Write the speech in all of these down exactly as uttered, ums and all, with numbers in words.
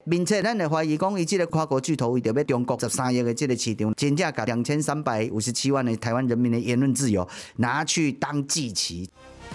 并且咱会怀疑讲，伊即个跨国巨头为着要中国十三亿的即个市场，真正把两千三百五十七万的台湾人民的言论自由拿去当祭旗。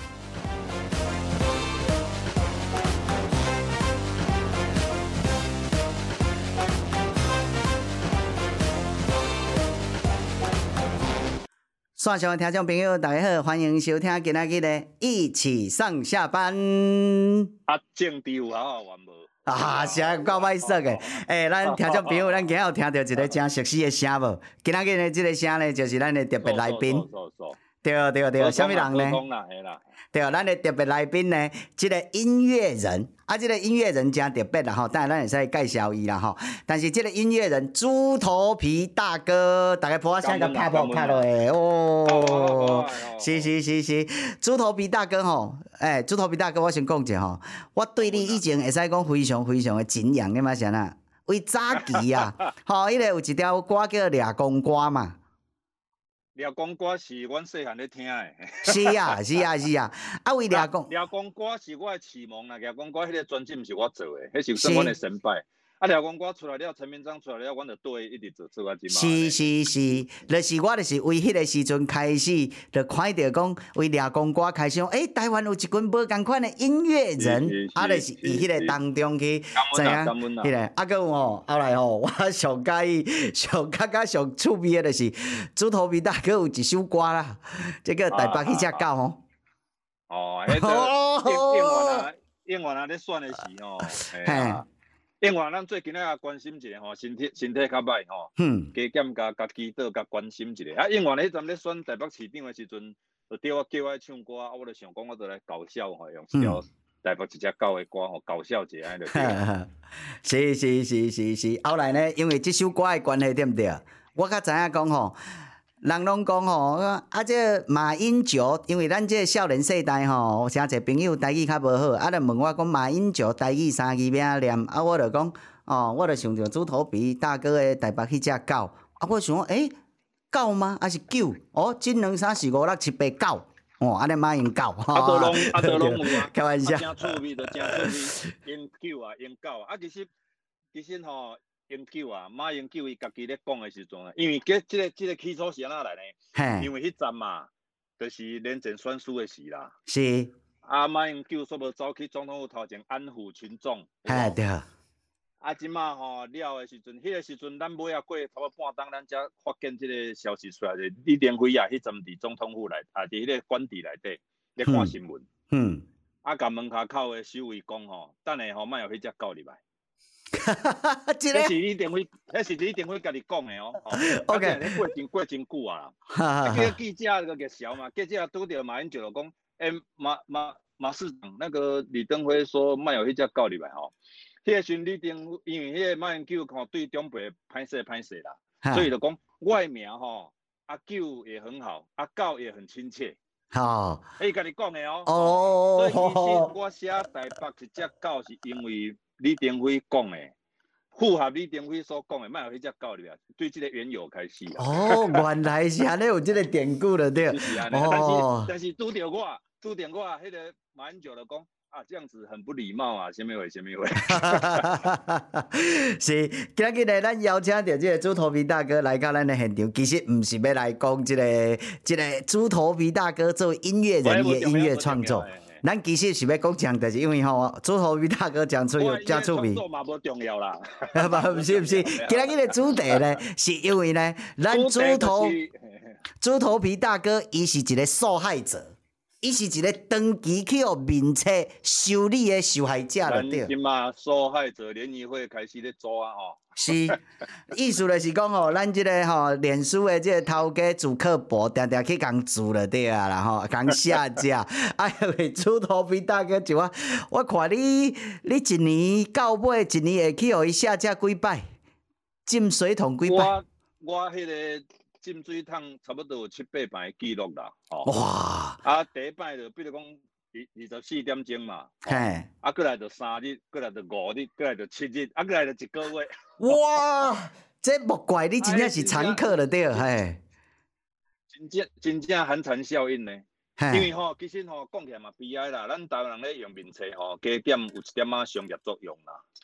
线上的听众朋友，大家好，欢迎收听今仔日的一起上下班。 啊，政治有好好玩无？ 啊，是啊，够歹说的。诶、欸，咱听众朋友，咱今日有听到一个真熟悉的声无？今仔日的这个声呢，就是咱的特别来宾。对对对，什么人呢？对，咱的特别来宾呢，这个音乐人啊，这个音乐人真特别啦吼，当然咱会使介绍伊啦吼。但是这个音乐人猪头皮大哥，大家播下个拍波拍落诶哦，是是是是，猪头皮大哥吼，诶、欸，猪头皮大哥，我先讲一下吼，我对你以前会使讲非常非常的敬仰，你嘛是啊？为早期啊，吼，迄个有一条歌叫《掠公歌》嘛。 掠公歌是阮细汉咧听诶。 是啊，是啊，是啊。啊，为掠公掠公歌是我诶启蒙啦。掠公歌迄个专辑毋是我做诶，迄是算阮诶先拜。啊，掠公歌出来了，陈明章出来了，阮就对一直做做啊，即嘛。 是是是，就是我就是为迄个时阵开始，就看到讲为掠公歌开始讲，诶、欸，台湾有一群无共款的音乐人，啊，就是伫迄个当中去知影，迄个啊，个吼后来吼，我上介意、上感觉上趣味的就是猪头皮大哥有一首歌啦，这个台北去只狗吼。 哦，迄个应应援啊，应援啊，咧选的是吼，嘿。另外，咱最近啊关心一下吼，身体身体较歹吼，嗯，加减加加祈祷加关心一下。啊，另外迄阵咧选台北市长的时阵，就叫我叫我唱歌啊，我就想讲，我就来搞笑吼，用一条台北一只狗的歌吼，搞笑一下就对。 是是是是是，后来呢，因为这首歌的关系，对不对？我较知影讲吼。人拢讲吼，啊，这马英九，因为咱这少年世代吼，诚侪朋友台语较无好，啊，就问我讲马英九台语三字要念，啊，我就讲，哦，我就想着猪头皮大哥的台北迄只狗，啊，我想讲，诶、欸，狗吗？还是狗？哦，一两三四五六七八九，哦，安尼马英九， 啊，都拢啊都拢有啊， 开玩笑， 真趣味，就真趣味，英九啊，英九啊，啊，其实其实吼。英九啊，马英九伊家己咧讲的时阵啊，因为这这个这个起初是安怎来呢？因为迄阵嘛，就是连战选输的时啦。 是。 啊，马英九说无走去总统府头前安抚群众。 哎对。 啊，即马吼了的时阵，迄、那个时阵咱尾啊过差不多半当，咱才发现这个消息出来的。李登辉啊，迄阵伫总统府内，啊，伫迄个官邸内底咧看新闻。嗯。嗯啊，甲门口口的守卫讲吼，等下吼，莫有迄只狗入来。迄是李登辉，迄是李登辉家己讲的哦。O K， 你过真过真久啊。啊，叫记者个个笑嘛，记者拄着马英九就讲，诶、欸，马马马市长那个李登辉说莫有迄只狗入来吼。迄个时李登辉，因为迄个马英九吼对中辈歹势歹势啦，所以就讲外名吼阿九也很好，阿狗也很亲切。好，伊家己讲的哦。哦。所以其实我写台北一只狗是因为。李登辉讲的，符合李登辉所讲的，莫有迄只狗入来，对这个缘由开始啊。哦， 原来是安尼有这个典故了对。 是安尼，但是但是拄着我，拄着我，迄个马英九就讲啊，这样子很不礼貌啊，什么话什么话。是，今日呢，咱邀请到这个猪头皮大哥来到咱的现场，其实唔是要来讲这个这个猪头皮大哥作为音乐人的音乐创作。咱其实是要讲讲，就是因为吼，猪头皮大哥讲出有真趣味。 创作嘛无重要啦， 不是不是，今日个主题呢，是因为呢，咱猪头猪头皮大哥，伊是一个受害者，伊是一个长期去互民车修理的受害者了对。 今嘛受害者联谊会开始咧做啊吼。 是，意思就是讲吼，咱即个吼，脸书的即个头家主客博，定定去共做了对啊啦吼，共下架。哎呦，猪头皮大哥就我，我看你，你一年到尾一年会去互伊下架几摆？浸水桶几摆？ 我我迄个浸水桶差不多有七八摆记录啦。哦、哇！啊，第一摆就比如讲。二十四点钟嘛，嘿，啊，过来就三日，过来就五日，过来就七日，啊，过来就一个月。 哇，这莫怪你真正是常客了对，嘿。 真正真正寒蝉效应呢，因为吼，其实吼讲起来嘛悲哀啦，咱台湾人咧用面册吼，加减有一点仔商业作用啦。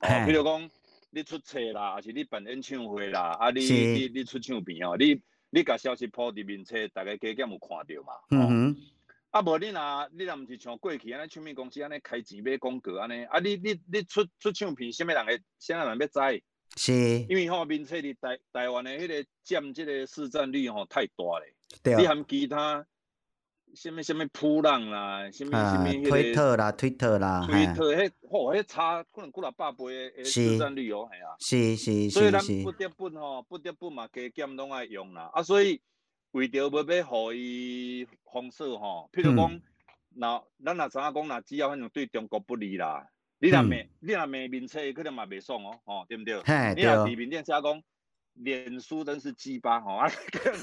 哦，比如讲你出册啦，还是你办演唱会啦，啊你你你出唱片哦，你你甲消息铺伫面册，大家加减有看到嘛？嗯哼。啊，无你若你若毋是像过去安尼唱片公司安尼开钱买广告安尼，啊你你你出出唱片，啥物人会啥物人要知？ 是。 因为吼面册伫台台湾的迄个占即个市占率吼太大咧。对。你含其他。什么什么扑浪啦，什么什么迄个推特啦，推特啦， 推特迄吼，迄差可能几若百倍的市占率哦，系啊， 是是是， 所以咱不得不吼，不得不嘛加减拢爱用啦，啊，所以为着要要互伊封锁吼，譬如讲，若咱若知影讲，若只要反正对中国不利啦，你若骂你若骂面册，可能嘛袂爽哦，吼，对不对？你若伫面顶写讲。脸书真是鸡巴吼！哇，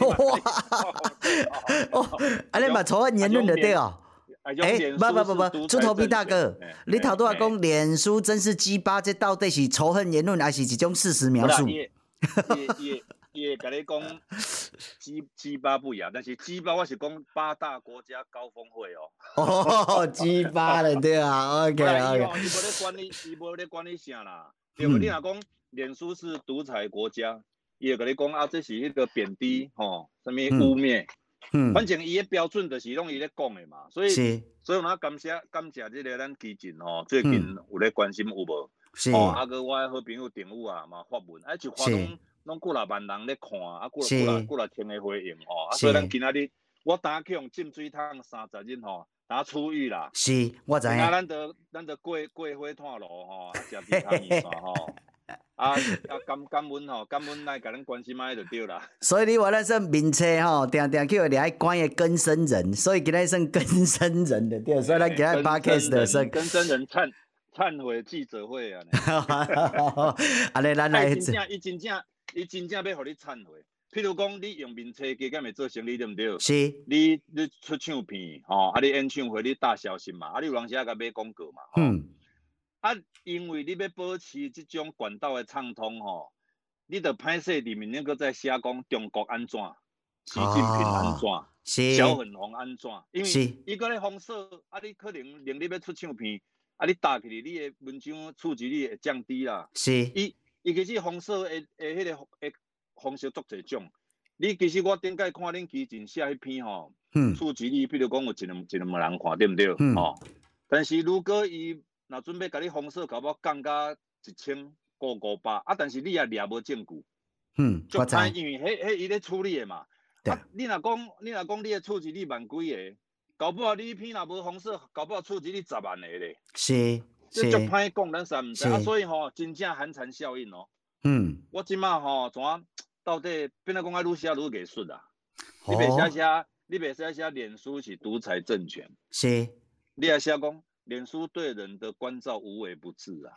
哦，安尼嘛仇恨言论就对哦。哎，不不不不，猪头皮大哥，你头拄仔讲脸书真是鸡巴，这到底是仇恨言论，还是一种事实描述？ 也也也甲你讲鸡鸡巴不一样，但是鸡巴我是讲八大国家高峰会哦。哦，鸡巴了对啊 ，OK OK。 伊无咧管你，伊无咧管你啥啦，对不？你若讲脸书是独裁国家。伊会甲你讲啊，这是迄个贬低吼，什么污蔑，嗯，反正伊的标准就是拢伊咧讲的嘛，所以所以我感谢感谢这个咱基进吼，最近有咧关心有无？是哦，啊个我好朋友丁武啊嘛发文，啊一发拢拢几若万人咧看，啊几若几若几若听的回应吼，啊所以咱今仔日我打去用浸水桶三十日吼，打出狱啦， 是，我知影。 啊，咱得咱得过过火炭路吼，啊食米汤面线吼。啊啊感感恩吼，感恩来甲咱关心买就对啦。 所以你话咱说面册吼，定定叫掠爱关的更生人，所以今仔算更生人的对，所以咱今仔 podcast 的算更生人忏忏悔记者会啊。 安尼咱来。 真正伊真正伊真正要互你忏悔。譬如讲，你用面册加减会做生意，对毋对？ 是。 你你出唱片吼，啊你演唱会你大小心嘛，啊你有当时啊甲买广告嘛。嗯。啊，因为你要保持这种管道的畅通吼，你得歹势里面那个在写讲中国安怎，习近平安怎，哦、小粉红安怎，因为伊个咧封锁，啊你可能令你要出唱片，啊你打起嚟，你的文章触及率会降低啦。 是。 伊伊其实封锁的的迄个的方式足侪种，你其实我顶届看恁基进写迄篇吼，嗯，触及率比如讲有一两一两万人看，对毋对？嗯。哦，但是如果伊若准备甲你封锁，搞不好降到一千五五百啊！但是你也掠无证据， 嗯， 就歹，因为迄迄伊咧处理的嘛。啊，你若讲你若讲你的触及率万几个，搞不好你片若无封锁，搞不好触及率十万个咧。 是， 这足歹讲，咱啥毋知啊？所以吼，真正寒蝉效应哦。嗯。我即马吼，怎啊？到底变得讲啊，愈写愈艺术啊！你别写写，你别写写，脸书是独裁政权。 是。 你也写讲。脸书对人的关照无微不至啊！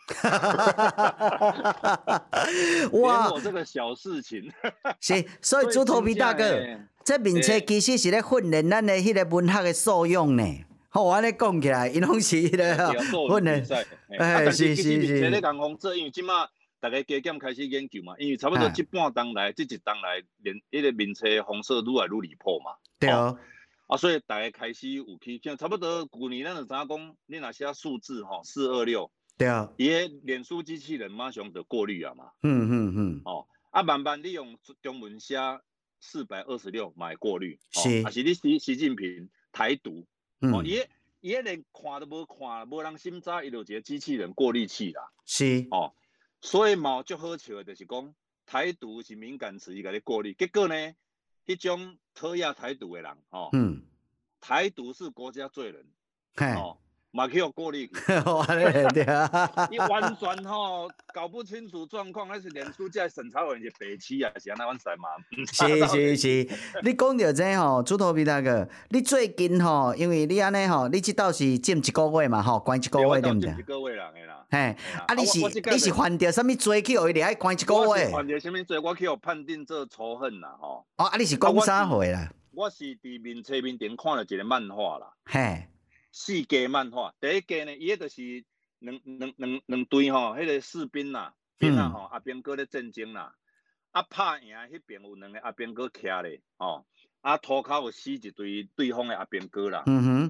哇，我这个小事情是，所以猪头皮大哥，这面册其实是咧训练咱的迄个文学的素养呢。好，安尼讲起来，因拢是迄个训练。 哎，是是是。面册咧讲风做，因为即马大家加减开始研究嘛，因为差不多一半当来，这一当来，连迄个面册封锁愈来愈离谱嘛。 对哦。 啊，所以大家开始有去，像差不多旧年咱就知影讲，你若写数字吼，四二六， 对啊， 伊个脸书机器人马上就过滤啊嘛， 嗯嗯嗯， 哦，啊慢慢你用中文写四百二十六买过滤， 是， 啊是你习习近平台独，哦，伊个伊个连看都无看，无人心知，伊就一个机器人过滤器啦， 是， 哦，所以嘛足好笑的就是讲台独是敏感词，伊甲你过滤，结果呢？迄种讨厌台独的人，吼、哦，嗯，台独是国家罪人，哦，嘛去互过滤，你完全吼搞不清楚状况，那是脸书在审查委员是白痴啊，是安那款事嘛？ 是是是，你讲到这吼，猪头皮大哥，你最近吼，因为你安尼吼，你这道是浸一个月嘛，吼，关一个月对不对？ 浸一个月啦，嘿啦。 嘿，啊你是你是犯着什么罪去互伊掠爱关一个月？ 我是犯着什么罪？我去互判定做仇恨啦，吼。 哦，啊你是讲啥货啦？ 我是伫面册面顶看了一个漫画啦。 嘿。 四家漫画，第一家呢，伊个就是两两两两队吼，迄个士兵啦，兵啊吼，阿兵哥咧战争啦，啊拍赢迄边有两个阿兵哥徛咧，吼，啊涂骹有死一队对方的阿兵哥啦。嗯哼。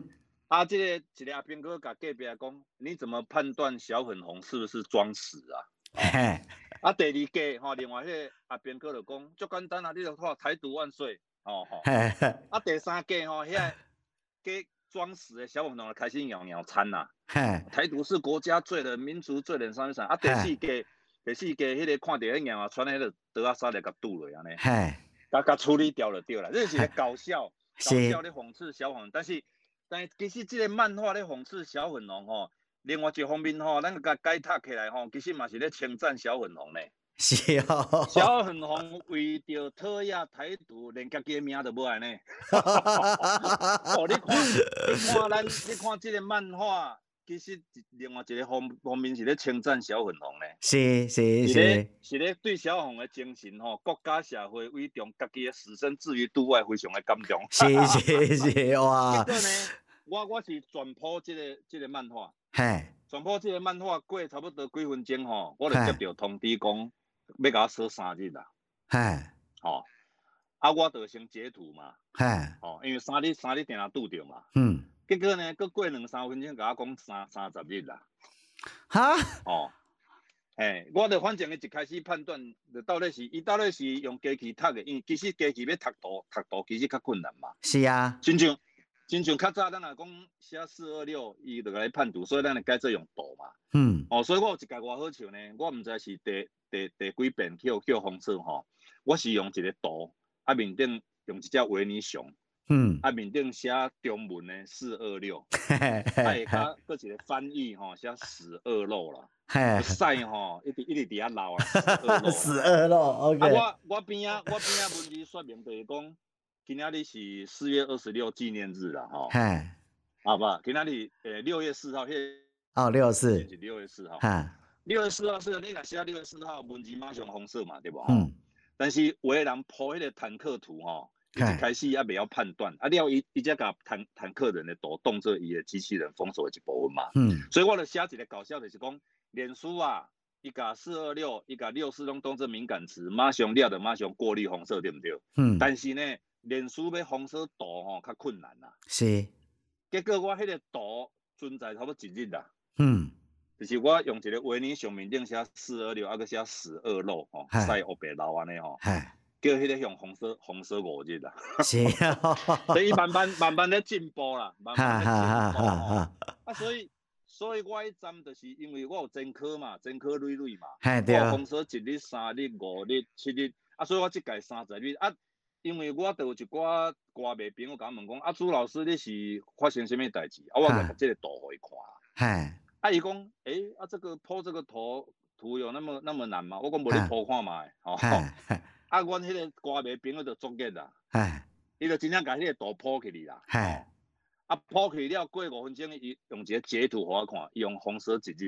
啊，这个一个阿兵哥甲隔壁讲，你怎么判断小粉红是不是装死啊？哦、啊，第二家吼、哦，另外迄个阿兵哥就讲，足简单啊，你就看台独万岁，哦吼、哦。啊，第三家吼，遐个装死的小粉红开始摇摇餐呐、啊，台独是国家罪人、民族罪人，啥物啥。啊，第四家，第四家迄个看到迄摇穿迄个德阿沙来甲堵落安尼，甲甲处理掉就对啦，这是个搞笑，搞笑咧讽刺小粉红，但是。但其实这个漫画咧讽刺小粉红吼，另外一方面吼，咱甲解读起来吼，其实嘛是咧称赞小粉红咧。 是哦。 小粉红为着讨厌台独，连家己名都无安尼。哦，你看，你看咱，你看这个漫画，其实另外一个方方面是咧称赞小粉红咧。 是是是。 是咧对小粉红的精神吼，国家社会伟重，家己的死生置于度外，非常的感动。 是是是，哇！ 结果呢？我我是转播这个这个漫画， 嘿， 转播这个漫画过差不多几分钟吼，我就接到通知讲要甲我锁三日啦， 嘿， 吼、哦，啊我就先截图嘛， 嘿， 哦，因为三日三日定定拄着嘛， 嗯， 结果呢，佮过两三分钟甲我讲三三十日啦， 哈， 哦，嘿，我就反正一开始判断，就到底是伊到底是用机器读的，因为其实机器要读图读图其实较困难嘛， 是啊， 亲像。亲像较早咱若讲写四二六，伊就来判读，所以咱就改做用图嘛。 嗯。 哦，所以我有一家偌好笑呢，我毋知是第第第几遍叫叫红色吼，我是用一个图，啊面顶用一只维尼熊， 嗯， 啊面顶写中文呢四二六，啊下加搁一个翻译吼写十二路啦，屎吼一直一直伫遐流啊， 十二路 ，OK。 啊我我边啊我边啊文字说明就是讲。今仔日是四月二十六纪念日啦，吼，嘿，好吧，今仔日诶六月四号，迄哦六四是六月四号，哈，六月四号是你若写六月四号文字马上红色嘛，对不？嗯。但是有的人铺迄个坦克图吼，一开始也未晓判断，啊了伊伊才甲坦坦克人的图当做伊的机器人封锁的一部分嘛，嗯。所以我就写一个搞笑的是讲，脸书啊，伊甲四二六，伊甲六四拢当做敏感词，马上了就马上过滤红色，对不对？嗯。但是呢。脸书要封锁图吼，较困难啦。是。结果我迄个图存在差不多一日啦。嗯。就是我用一个维尼上面顶写四二六，啊个写十二路吼，晒黑白流安尼吼。叫迄个用红色红色五日啦。是啊。所以慢慢慢慢咧进步啦，慢慢咧进步吼。啊，所以所以我迄站就是因为我有真科嘛，真科累累嘛。我封锁一日、三日、五日、七日，啊，所以我即届三十日啊。因为我都有一寡歌迷朋友甲我问讲，啊朱老师你是发生什么代志？啊，我甲这个图互伊看。嘿。啊，伊讲，诶，啊这个铺这个图图有那么那么难吗？我讲无你铺看嘛，吼。啊，阮迄个歌迷朋友就作业啦。嘿。伊就真正甲迄个图铺起哩啦。嘿。啊，铺起了过五分钟，伊用一个截图互我看，伊用红色一日。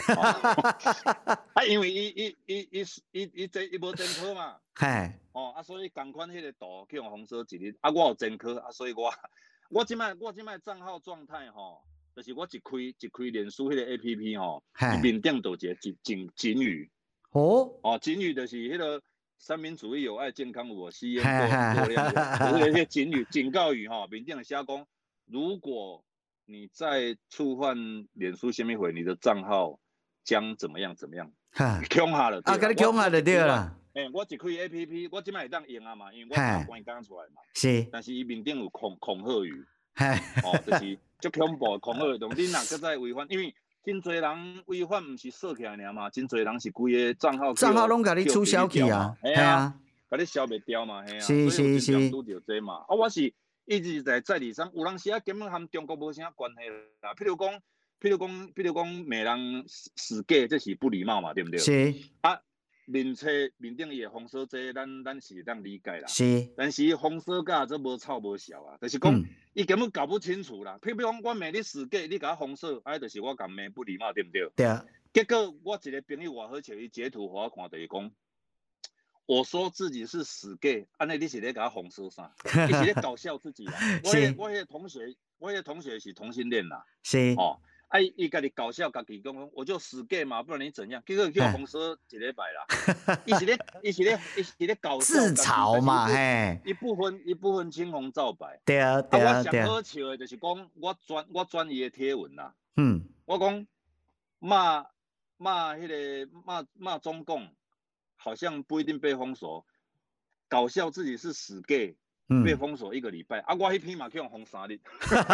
啊，因为伊伊伊伊伊伊真伊无真科嘛。嘿。哦，啊，所以同款迄个图去用红色一日，啊，我有真科，啊，所以我我即摆我即摆账号状态吼，就是我一开一开脸书迄个 A P P 吼，面顶就一个警警警语。哦。哦，警语就是迄个三民主义有爱健康我吸烟过过量，就是迄个警语警告语吼，面顶写讲，如果你再触犯脸书虾米会，你的账号将怎么样怎么样？恐吓了。啊， 甲你恐吓就对啦。 诶、欸，我一开 A P P， 我即摆会当用啊嘛，因为我打关讲出来嘛。是。但是伊面顶有恐恐吓语，哦，就是足恐怖的恐吓语，同你若搁再违反，因为真侪人违反，毋是锁起来尔嘛，真侪人是规个账号账号拢甲你取消去啊， 系啊，甲你消袂掉嘛，系啊，是是是，拄着这嘛。啊，我是一直在在里上，有人写根本和中国无啥关系啦，譬如讲，譬如讲，譬如讲，骂人死 gay， 这是不礼貌嘛，对不对？是。啊。面册面顶伊会封锁这，咱咱是当理解啦。是。但是封锁甲这无臭无效啊，就是讲伊、嗯、根本搞不清楚啦。譬如讲，我骂你死 gay， 你甲我封锁，哎，就是我讲骂不礼貌，对不对？对啊。结果我一个朋友偌好笑，伊截图互我看，就是讲，我说自己是死 gay， 安尼你是咧甲我封锁啥？你是咧搞笑自己啦。我我迄个同学，我迄个同学是同性恋啦。是。哦。 啊，伊家己搞笑，家己讲，我就死 gay 嘛，不然你怎样？结果叫红蛇一礼拜啦，伊是咧，伊是咧，伊是咧搞笑自嘲嘛，嘿， 伊不分，伊不分青红皂白。 对啊，对啊， 对啊。啊，我上好笑的就是讲，我转我转伊的贴文啦， 嗯， 我讲骂骂迄个骂骂中共，好像不一定被封锁，搞笑自己是死 gay。嗯、被封锁一个礼拜，啊，我迄篇嘛去用封三日。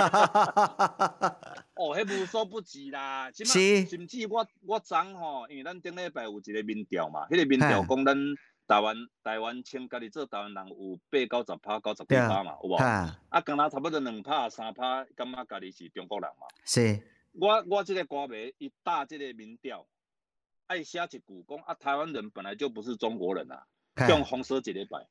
哦，迄无所不及啦，是，甚至我我昨吼，因为咱顶礼拜有一个民调嘛，迄、那个民调讲咱台湾台湾称家己做台湾人有八九十趴、九十几趴嘛，有无？啊，敢若差不多两趴、三趴，感觉家己是中国人嘛。 是。 我我这个歌迷一打这个民调，爱写一句讲啊，台湾人本来就不是中国人啊，用封锁一礼拜。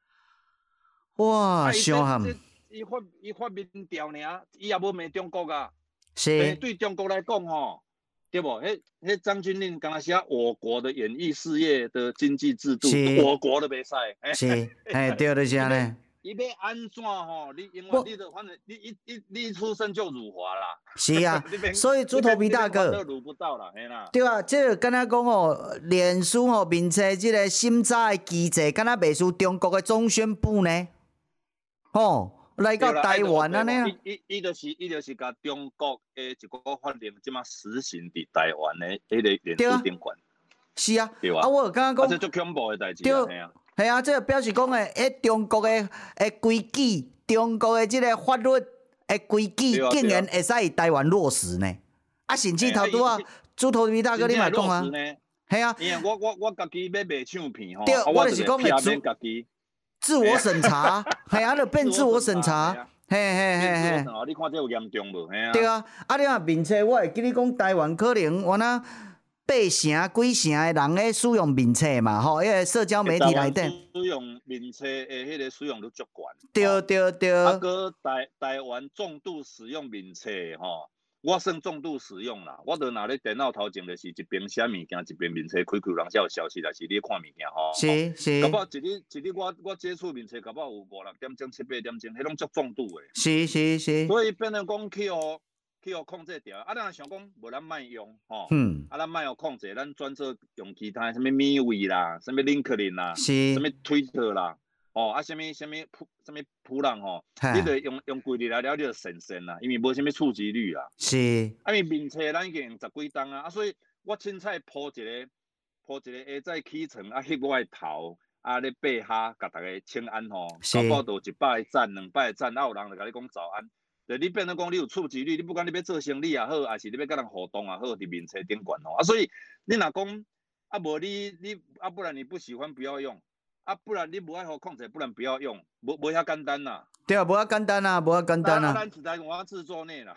哇，伤悍！ 伊发伊发民调尔，伊也无骂中国啊。 是。 对中国来讲吼，对不？迄迄张钧甯刚才写我国的演艺事业的经济制度，我国的比赛。 是，哎，对就是安尼。 伊要安怎吼？你因为你的反正你一一你一出生就辱华啦。 是啊，所以猪头皮大哥。 辱不到啦，嘿啦。 对啊，这个敢若讲吼，脸书吼面册这个审查的机制，敢若袂输中国的总宣布呢。哦，来到台湾安尼啊！ 伊伊就是伊就是甲中国诶一个法令，即马实行伫台湾诶迄个脸书顶管。 是啊，啊，我有感觉讲， 这足恐怖诶代志啊！ 系啊，系啊，这表示讲诶，迄中国诶诶规矩，中国诶即个法律诶规矩，竟然会使伫台湾落实呢？啊，甚至头拄啊，猪头皮大哥你嘛讲啊，系啊， 因为我我我家己要卖唱片吼， 对，我就是讲诶， 家己。 自我审查，系啊，就变自我审查，嘿嘿嘿嘿。 你看这有严重无？ 对啊，啊你啊面册，我会记你讲台湾可能原啊八成几成的人咧使用面册嘛，吼，因为社交媒体内底使用面册的迄个使用率足悬。 对对对。 啊，搁台台湾重度使用面册吼。我算重度使用啦，我都拿咧电脑头前就是一边写物件，一边面册开开，人才有消息啦，是你看物件吼。 是是。 搞不好一日一日我我接触面册，搞不好有五六点钟、七八点钟，迄拢足重度诶。 是是是。 所以变成讲去互去互控制掉，啊，咱想讲无咱卖用吼， 嗯， 啊，咱卖互控制，咱转做用其他什么米位啦，什么 LinkedIn 啦， 是， 什么 Twitter 啦。哦，啊，什么什么普什么普人吼，你得用用规律来了，你就神神啦，因为无什么触及率啦。 是。 啊，因为面册咱已经用十几档啊，啊，所以我凊彩铺一个铺一个下载起程啊，翕我的头啊，咧背下，甲大家请安吼，搞不好都一百个赞、两百个赞，啊，有人就甲你讲早安。对，你变成讲你有触及率，你不管你要做生意也好，还是你要甲人互动也好，伫面册顶管吼，啊，所以你若讲啊，无你你啊，不然你不喜欢不要用。啊，不然你无爱好控制，不然不要用，无无遐简单呐。 对啊，无遐简单啊，无遐简单啊。 咱只在我制作内啦。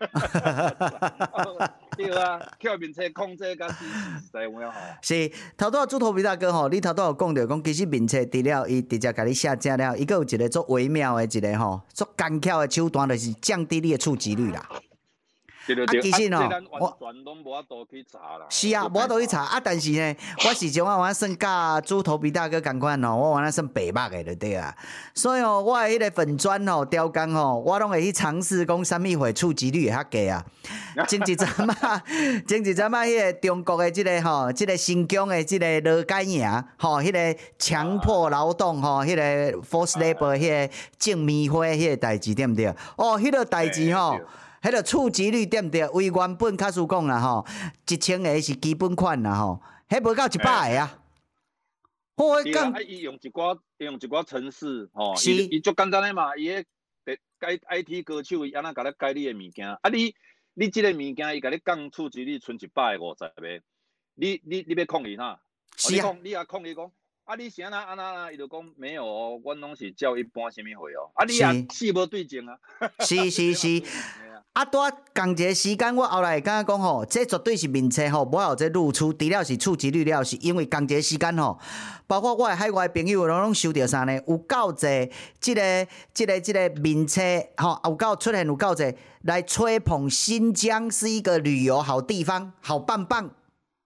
对啊，靠面册控制甲支持实在有影吼。 是，头拄啊，猪头皮大哥吼，你头拄有讲到讲，其实面册除了伊直接甲你下架了，伊阁有一个足微妙的一个吼，足干巧的手段，就是降低你的触及率啦。 对对对， 啊，其实哦， 我全拢无法度去查啦。 是啊，无法度去查啊，但是呢，我始终啊，我算甲猪头皮大哥共款哦，我原算白目的就对啊。所以哦，我的迄个粉砖哦，雕工哦，我拢会去尝试讲啥物会触及率会较低啊。前一阵啊，前一阵啊，迄个中国的即个吼，即个新疆的即个罗改营吼，迄个强迫劳动吼，迄个 forced labour 迄个种棉花迄个代志对毋对？哦，迄个代志吼。迄个触及率对毋对？为原本卡叔讲啦吼，一千个是基本款啦吼，迄无到一百个啊。 我讲，伊用一寡用一寡程式吼，伊伊足简单诶嘛，伊个改 I T 歌手伊安那甲你改你诶物件，啊你你即个物件伊甲你降触及率剩一百个五十个，你你你要抗议呾？是啊，你也抗议讲。啊！你是安那安那，伊就讲没有哦，阮拢是照一般什么货哦。啊，你也死无对证啊。 是是是。啊，拄啊，共一个时间，我后来会感觉讲吼，这绝对是面册吼，无有这露出，除了是触及率了，是因为共一个时间吼，包括我的海外朋友拢拢收到啥呢？有够侪即个即个即个面册吼，有够出现有够侪来吹捧新疆是一个旅游好地方，好棒棒。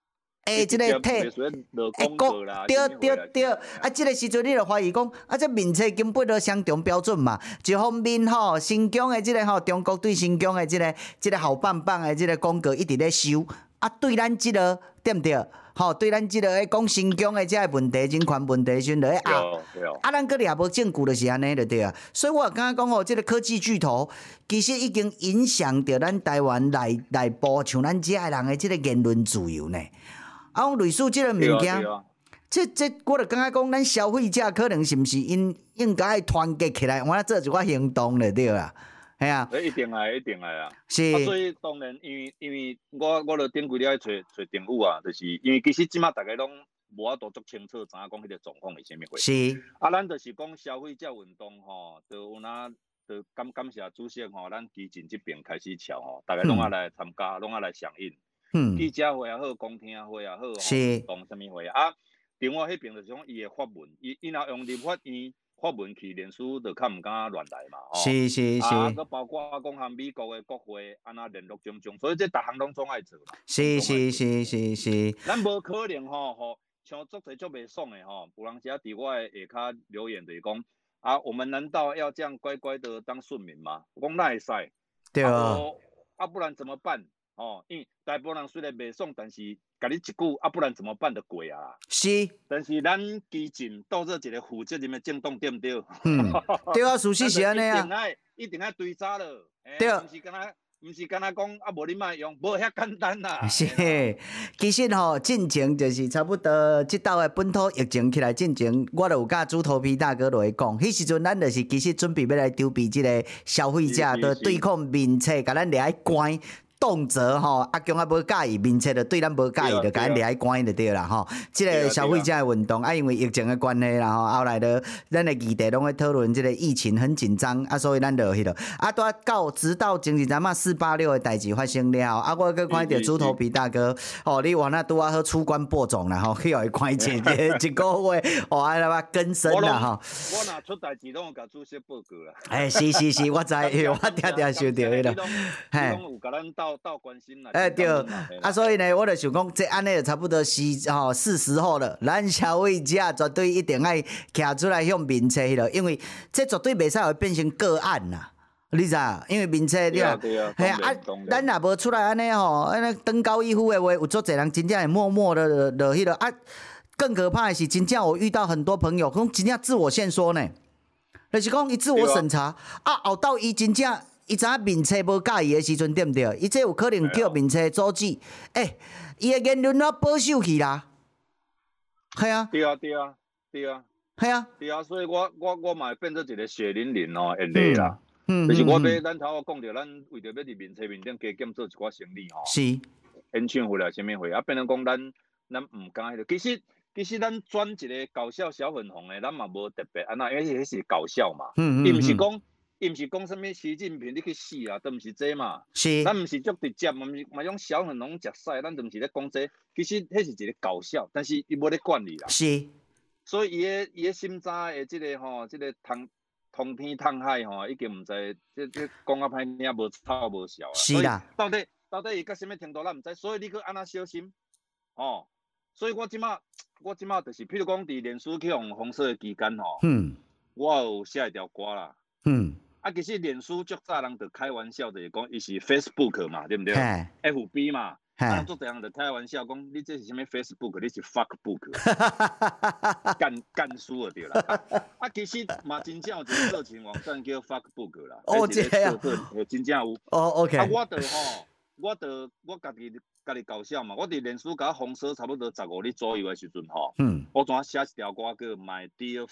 诶，即个体，诶，讲对对对，啊，即个时阵你就怀疑讲，啊，这面册根本都相同标准嘛。一方面吼，新疆的即个吼，中国对新疆的即个即个好棒棒的即个广告一直咧收，啊，对咱即个对毋对？吼，对咱即个咧讲新疆的即个问题、人权问题，先咧啊，啊，咱搁掠无证据就是安尼就对啊。所以我刚刚讲吼，即个科技巨头其实已经影响着咱台湾内内部像咱遮的人的即个言论自由呢。啊，类似即个物件，这这，我就感觉讲，咱消费者可能是毋是应应该团结起来，我做一寡行动就对啦，系啊。 一定系，一定系啊。 是。 啊，所以当然，因为因为我我著顶几日去找找政府啊，就是因为其实即马大家拢无法度足清楚知影讲迄个状况是啥物货。 是。 啊，咱就是讲消费者运动吼，就有哪就感感谢主席吼，咱基进这边开始敲吼，大家拢啊来参加，拢啊来响应。嗯，记者会也好，公听会也好， 是讲什么会啊？另外迄边就是讲伊的发文，伊伊若用立法院发文去联署，就较毋敢乱来嘛。哦、 是是是。 啊，佮包括讲和美国的国会安那联络种种，所以这逐项拢总爱做嘛。 是是是是是。 咱无可能吼吼，像足侪足袂爽的吼，有人遮伫我的下骹留言就是讲啊，我们难道要这样乖乖的当顺民吗？我讲那会使。 对啊。 啊，不然怎么办？哦，因为大部分人虽然袂爽，但是甲你一句啊，不然怎么办的鬼啊？ 是。 但是咱基进到这一个负责任的政党，对不对？ 嗯，对啊，事实是安尼啊。 一定爱，一定爱追查了。 对。 毋是干那，毋是干那讲啊，无你莫用，无遐简单啦。 是，其实吼，进前就是差不多即道的本土疫情起来进前，我就有甲猪头皮大哥落去讲，迄时阵咱就是其实准备要来筹备即个消费者的对抗面册，甲咱掠去关。动辄吼，阿强啊无介意，面册就对咱无介意，就甲咱掠去关就对啦吼。即个消费者的运动啊，因为疫情的关系啦吼，后来就咱的议题拢在讨论即个疫情很紧张啊，所以咱就迄落啊，拄到直到前一阵嘛四八六的代志发生了，啊，我搁看到猪头皮大哥，哦，你往那拄啊好出关播种啦吼，去互伊看一一一个月，哦，安尼更生啦吼。 我若出代志拢有甲主席报告啦。 哎，是是是，我知，我定定收到迄落， 嘿，有甲咱斗。到关心啦， 哎、欸、对，啊，所以呢，我就想讲，这安尼就差不多是吼是时候了，咱消费者绝对一定爱徛出来向面册迄落，因为这绝对袂使会变成个案啦，你知影？因为面册你啊， 系啊， 啊，咱若无出来安尼吼，安尼登高一呼的话，有足侪人真正会默默的落迄落啊。更可怕的是，真正我遇到很多朋友，讲真正自我限缩呢，就是讲伊自我审查啊，后到伊真正。伊知影面册无介意的时阵，对毋对？伊这有可能叫面册阻止，诶、欸，伊的言论要保守去啦，系啊， 对啊，对啊，对啊， 系啊， 对啊，所以我我我嘛会变做一个血淋淋哦，会累啦。嗯，就是我要咱头讲着，咱为着要伫面册面顶加减做一寡生理吼， 是演唱会啦，啥物会啊，变成讲咱咱毋敢迄个，其实其实咱转一个搞笑小粉红的，咱嘛无特别安那，因为迄是搞笑嘛，嗯嗯，伊毋是讲。伊毋是讲什物习近平你去死啊，都毋是这嘛。 是。 咱毋是足直接，嘛毋是嘛种小粉红食屎，咱都毋是咧讲这。其实迄是一个搞笑，但是伊无咧管你啦。 是。 所以伊诶伊诶心渣诶，即个吼，即个通通天通海吼，已经毋知即即讲啊歹听，无臭无效啊。 是啦。 到底到底伊到什物程度咱毋知，所以你去安那小心哦。所以我即马我即马就是，譬如讲伫脸书去用红色诶期间吼，嗯，我有写一条歌啦，嗯。啊，其实脸书足早人就开玩笑的，讲伊是 Facebook 嘛，对不对 ？F B 嘛，啊，足侪人就开玩笑讲，你这是啥物 Facebook？ 你是 fuckbook， 干干输了对啦。啊，其实嘛真正有一个色情网站叫 fuckbook 啦， 哦，这样，真正有。 哦 ，OK。 啊，我就吼，我就我家己家己搞笑嘛，我伫脸书甲封锁差不多十五日左右的时阵吼，嗯，我怎写一条歌叫 My Dear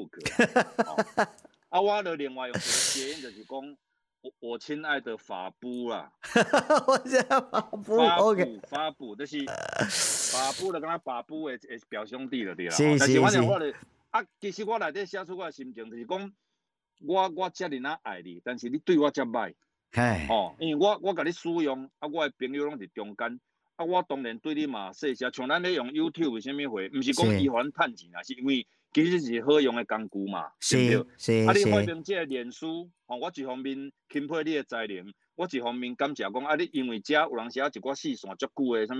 Fuckbook。啊，我的另外用一个谐音就是讲，我我亲爱的法布啦， 我亲爱法布， 法布法布就是法布就敢若法布的的表兄弟了对啦。 是是是。 但是我就啊，其实我内底写出我的心情就是讲，我我遮尔啊爱你，但是你对我遮歹，哦，因为我我甲你使用，啊，我的朋友拢伫中间。啊，我当然对你嘛细声，像咱咧用 YouTube 啥物货，毋是讲伊还趁钱啊，是因为其实是好用的工具嘛，对不对？ 是啊，你发明这个脸书，吼，我一方面钦佩你的才能，我一方面感谢讲啊，你因为遮有人写一寡四线足久的啥物，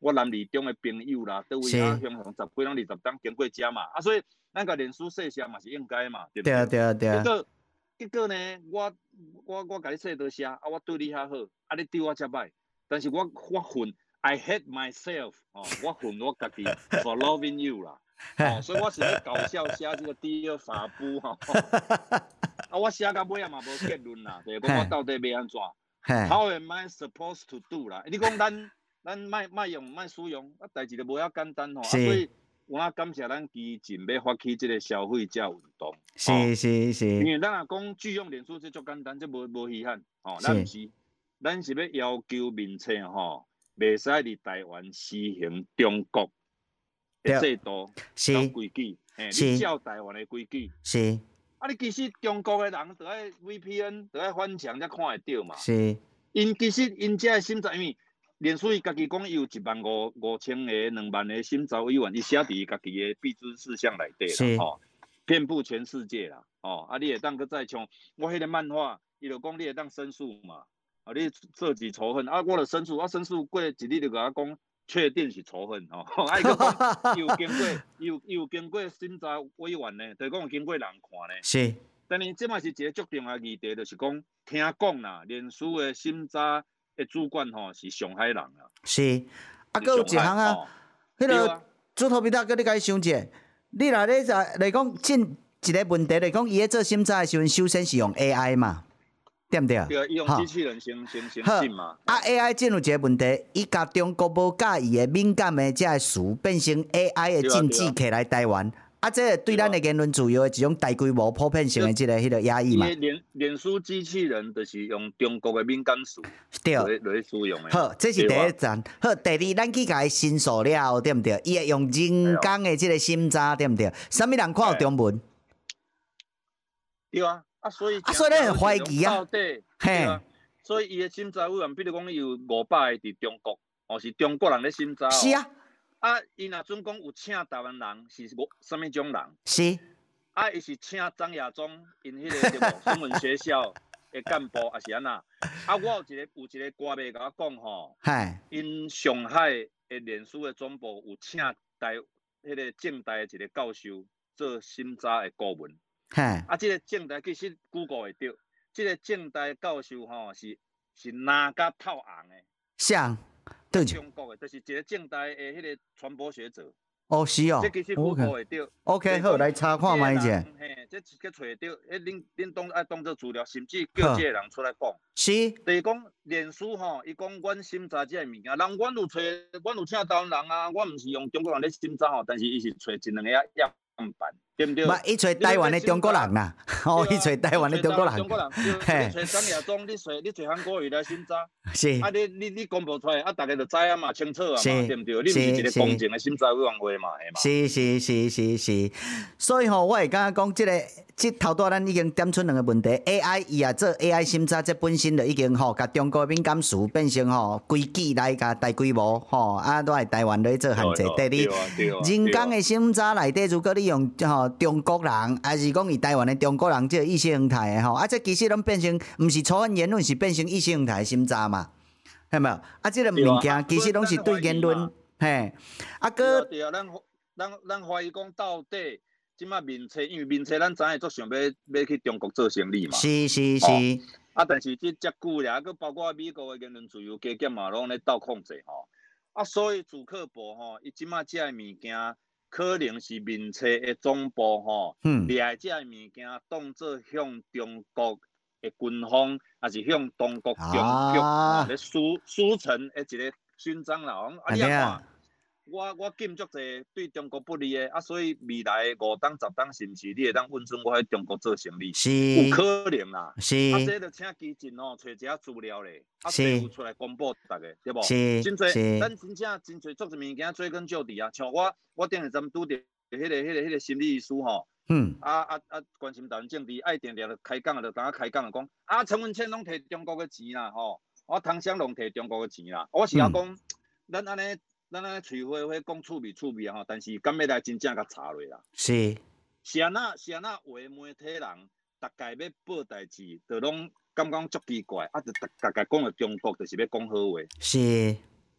我南二中的朋友啦，倒位啊，向向十几人二十档经过遮嘛，啊，所以咱个脸书设下嘛是应该嘛，对不对？ 对对对。 结果结果呢，我我我甲你设多写，啊，我对你较好，啊，你对我遮歹，但是我我恨 I hate myself 哦，我恨我家己 for loving you 啦，哦，所以我想要搞笑写这个第二法布吼，啊，我写到尾啊嘛无结论啦，就是讲我到底要安怎 ？How am I supposed to do 啦？你讲咱。咱卖卖用卖使用，啊，代志就无遐简单吼，啊，所以我感谢咱基进要发起这个消费者运动。 是是是。 因为咱若讲拒用脸书，这足简单，这无无稀罕，吼，咱毋是，咱是要要求民众吼，袂使伫台湾施行中国的制度、甲规矩，嘿，你照台湾的规矩。 是。 啊，你其实中国的人得爱 V P N， 得爱翻墙才看会到嘛。 是。 因其实因遮的心态，因为脸书伊家己讲，伊有一万五五千个、两万个心招委员，伊写伫伊家己的必知事项内底啦，吼，遍布全世界啦，哦，啊，你会当搁再像我迄个漫画，伊就讲你会当申诉嘛，啊，你涉及仇恨，啊，我著申诉，我申诉过一日就甲我讲，确定是仇恨，吼，啊，伊搁讲有经过，有有经过审查委员呢，就是讲有经过人看呢， 是。 但是即嘛是一个足重要议题，就是讲听讲啦，脸书的审查。诶，主管吼是上海人啊， 是，啊，搁有一项啊，迄个主头皮搭，搁你甲伊想者，你若咧在来讲进一个问题来讲，伊咧做审查的时阵，首先是用 A I 嘛，对毋对？ 对，伊用机器人先先先审嘛。 啊 ，A I 进入一个问题，伊甲中国无介意的敏感的遮个词，变成 A I 的禁止摕来台湾。啊，这对咱的言论自由的一种大规模普遍性的这个迄个压抑嘛。 脸脸书机器人就是用中国的敏感词对来来使用的。 好，这是第一站。好，第二，咱去甲伊申诉了后，对毋对？伊会用人工的这个审查，对毋对？啥物人看有中文？ 对啊，啊所以啊所以咱会怀疑啊。 嘿。所以伊的审查委员，比如讲有五百个伫中国，哦是中国人咧审查。 是啊。 啊，伊若准讲有请台湾人是无什么种人？ 是。 啊，伊是请张亚中因迄个对无新闻学校的干部，还是安那？啊，我有一个有一个歌迷甲我讲吼，因上海的脸书的总部有请台迄个政大的一个教授做审查的顾问。啊，即、这个政大其实 Google 会到，即、这个政大教授吼是是哪甲透红的？ 像。 中国的，就是一个正大的迄个传播学者。 哦，是哦。 这其实 Google 会到。 OK， 好，来查看卖者。 嘿，这去找得到，诶，恁恁当爱当做资料，甚至叫这个人出来讲。 是。 就是讲，脸书吼，伊讲阮审查这个物件，人阮有找，阮有请台湾人啊，我毋是用中国人咧审查吼，但是伊是找一两个样样板，对毋对？ 唔，伊找台湾的中国人啦，哦，伊找台湾的中国人。 中国人，嘿，找张亚中，你找你找韩国瑜来审查。是。啊，你你你公布出来，啊，大家就知啊嘛，清楚啊嘛，对毋对？你毋是一个公正的审查委员会嘛，系嘛？ 是是是是是，所以吼，我会感觉讲，即个即头拄咱已经点出两个问题 ，A I 伊也做 A I 审查，这本身就已经吼，甲中国敏感词变成吼规矩来甲大规模吼，啊，都系台湾咧做限制。第二，人工的审查内底，如果你用吼中国人，还是讲以台湾的中国人，即个意识形态的吼，啊，这其实拢变成毋是仇恨言论，是变成意识形态审查嘛。系咪？啊，即个物件其实拢是对言论，嘿，啊个。 对啊，咱咱咱怀疑讲到底，即马面册，因为面册咱知影足想要要去中国做生意嘛。 是是是。 啊，但是即遮久咧，佮包括美国的言论自由加减嘛，拢咧斗控制吼。啊，所以主客部吼，伊即马遮个物件，可能是面册的总部吼，掠遮个物件当做向中国。的军方还是向中国中局咧输输成的一个勋章啦。啊，你看，我我禁足侪对中国不利的，啊，所以未来五档十档是毋是你会当允准我喺中国做生意？ 是， 有可能啦。 是， 啊，这就请基金哦，找一下资料咧，啊，有出来公布大家，对无？ 是， 真侪，咱真正真侪做一物件追根究底啊。像我，我顶日咱拄着迄个、迄个、迄个心理师吼。嗯，啊啊啊！关心台湾政治，爱定定就开讲就当开讲就讲，啊，陈文茜拢摕中国的钱啦，吼，我唐湘龙摕中国的钱啦，我是要讲，咱安尼，咱安尼嘴花花讲趣味趣味吼，但是敢要来真正甲查落啦。 是。 是安那是安那，话媒体人，大概要报代志，就拢感觉足奇怪，啊，就大概讲了中国就是要讲好话。 是。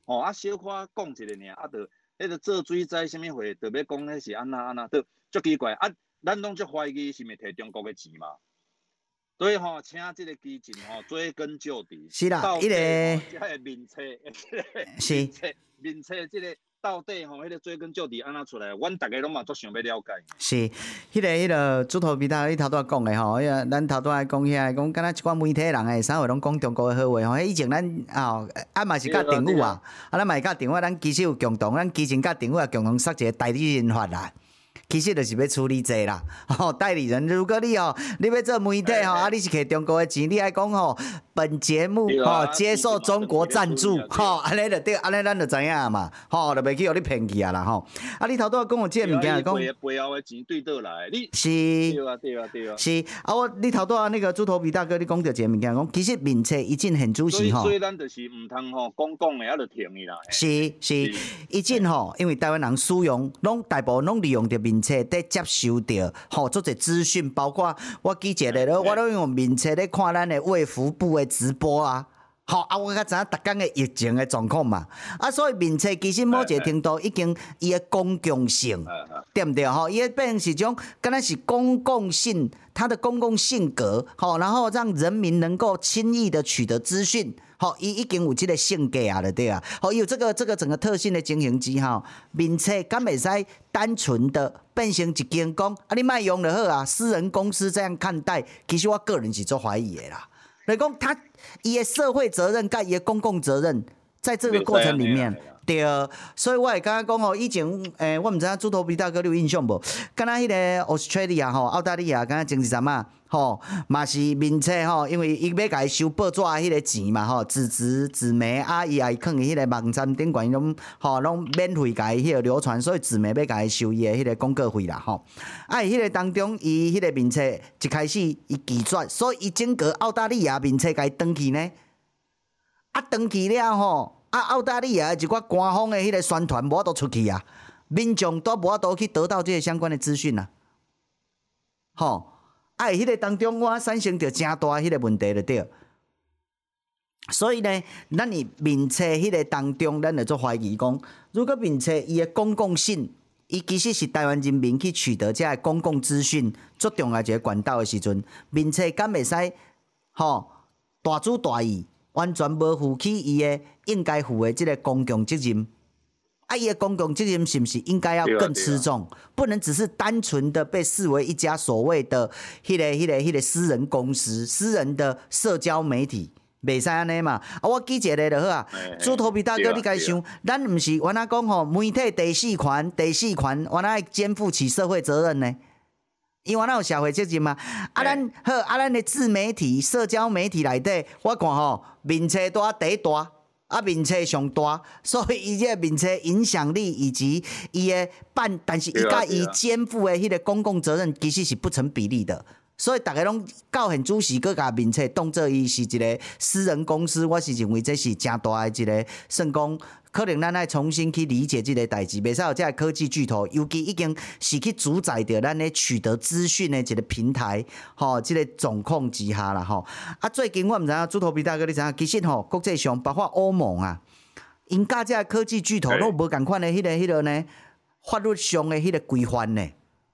吼啊小可讲一个尔，啊，着迄个做水灾啥物货，着要讲迄是安那安那，着足奇怪啊！咱拢足怀疑是毋是摕中国的钱嘛？所以吼，请即个基金吼追根究底。 是啦，迄个即个面册， 是面册即个。到底吼，迄个追根究底安怎出来？阮大家拢嘛足想要了解。 是，迄个迄个猪头皮大，你头拄仔讲的吼，迄个咱头拄仔讲遐讲，敢若一寡媒体人诶，啥话拢讲中国诶好话吼。迄以前咱哦，啊嘛是甲政府啊，啊咱嘛是甲政府，咱其实有共同，咱基层甲政府也共同设一个代理人法啦。其实就是要处理这啦，吼、哦、代理人，如果你哦，你要做媒体吼，啊你是摕中国的钱，你爱讲吼，本节目吼、哦、接受中国赞助，吼安尼就对，安尼咱就知影嘛，吼、哦、就袂去互你骗去啊啦吼。啊你头拄仔讲有即个物件讲， 背后的钱对倒来，你是， 对啊对啊对啊， 是啊我你头拄仔那个猪头皮大哥，你讲到一个物件讲，其实面册伊真很主席吼， 所以咱就是毋通吼讲讲的，啊就停伊啦。 是是，伊真吼，因为台湾人使用，拢大部分拢利用着面册在接收到吼，做者资讯，包括我记者咧，我都用面册咧看咱的卫福部的直播啊，吼啊，我较知影逐工的疫情的状况嘛，啊，所以面册其实某一个程度已经伊的公共性，对毋对吼？伊变成是种，敢若是公共性，它的公共性格，吼，然后让人民能够轻易的取得资讯。好，伊已经有这个性格啊了，对啊。好，有这个这个整个特性的经营之后，面册敢袂使单纯的变成一间讲，啊，你卖用就好啊，私人公司这样看待，其实我个人是做怀疑的啦。来讲，他伊的社会责任甲伊的公共责任，在这个过程里面。对，所以我会感觉讲吼，以前诶、欸，我毋知影猪头皮大哥你有印象无？敢若迄个 Australia 吼，澳大利亚，敢若前一阵啊，吼，嘛是面册吼，因为伊要甲伊收报纸迄个钱嘛，吼，纸质、纸媒啊，伊也囥伊迄个网站顶悬，拢吼拢免费甲伊迄个流传，所以纸媒要甲伊收伊的迄个广告费啦，吼。啊，伊迄个当中，伊迄个面册一开始伊拒绝，所以伊整个澳大利亚面册甲伊登去呢，啊，登去了吼。啊，澳大利亚一寡官方的迄个宣传无法度出去啊，民众都无法度去得到这些相关的资讯啊。吼，啊，迄个当中我产生着真大迄个问题就对。所以呢，咱伫面册迄个当中，咱就做怀疑讲，如果面册伊的公共性，伊其实是台湾人民去取得这个公共资讯最重要一个管道的时阵，面册敢袂使吼大主大意？完全无负起伊的应该负的这个公共责任，啊，伊的公共责任是不是应该要更吃重？不能只是单纯的被视为一家所谓的迄、那个、迄、那个、迄、那个私人公司、私人的社交媒体，袂使安尼嘛？啊，我记一个就好啊。猪头皮大哥，你该想，咱毋是原来讲吼，媒体第四权，第四权原来肩负起社会责任呢？因为咱有社会责任嘛，啊咱好，啊咱的自媒体、社交媒体内底，我看吼面册大第一大，啊面册上大，所以伊这个面册影响力以及伊的办，但是伊甲伊肩负的迄个公共责任，其实是不成比例的。所以大家拢到现主时，佮甲面册当做伊是一个私人公司，我是认为这是真大的一个算讲。可能咱爱重新去理解这个代志，袂使有这个科技巨头，尤其已经是去主宰着咱咧取得资讯的一个平台，吼，这个总控之下啦，吼。啊，最近我毋知影猪头皮大哥你知影，其实吼国际上包括欧盟啊，因甲这个科技巨头都无共款的迄个迄个呢法律上的迄个规范呢。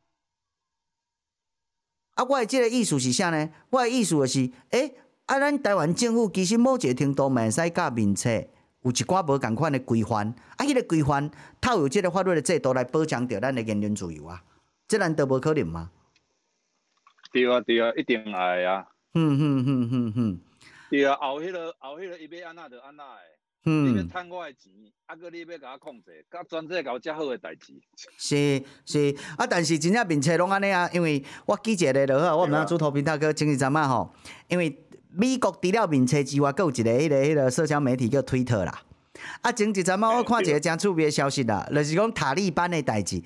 啊，我的这个意思是啥呢？我的意思就是，诶、欸，啊，咱台湾政府其实某一个程度嘛会使甲面册。有一寡无共款的规范，啊，迄、那个规范透有即个法律的制度来保障着咱的言论自由啊，这难道无可能吗？ 对啊，对啊，一定爱啊。 嗯嗯嗯嗯嗯。 对啊，后迄、那个后迄个伊要安那就安那的。嗯。你要趁我的钱，啊，搁你要甲我控制，甲专制搞遮好的代志。 是是，啊，但是真正面册拢安尼啊，因为我记一个就好，我毋知猪头皮大哥前一阵仔吼，因为。美国除了面册之外，还有一个迄、那个迄、那个社交媒体叫推特啦。啊，前一阵仔我看一个真趣味的消息啦，就是讲塔利班的代志。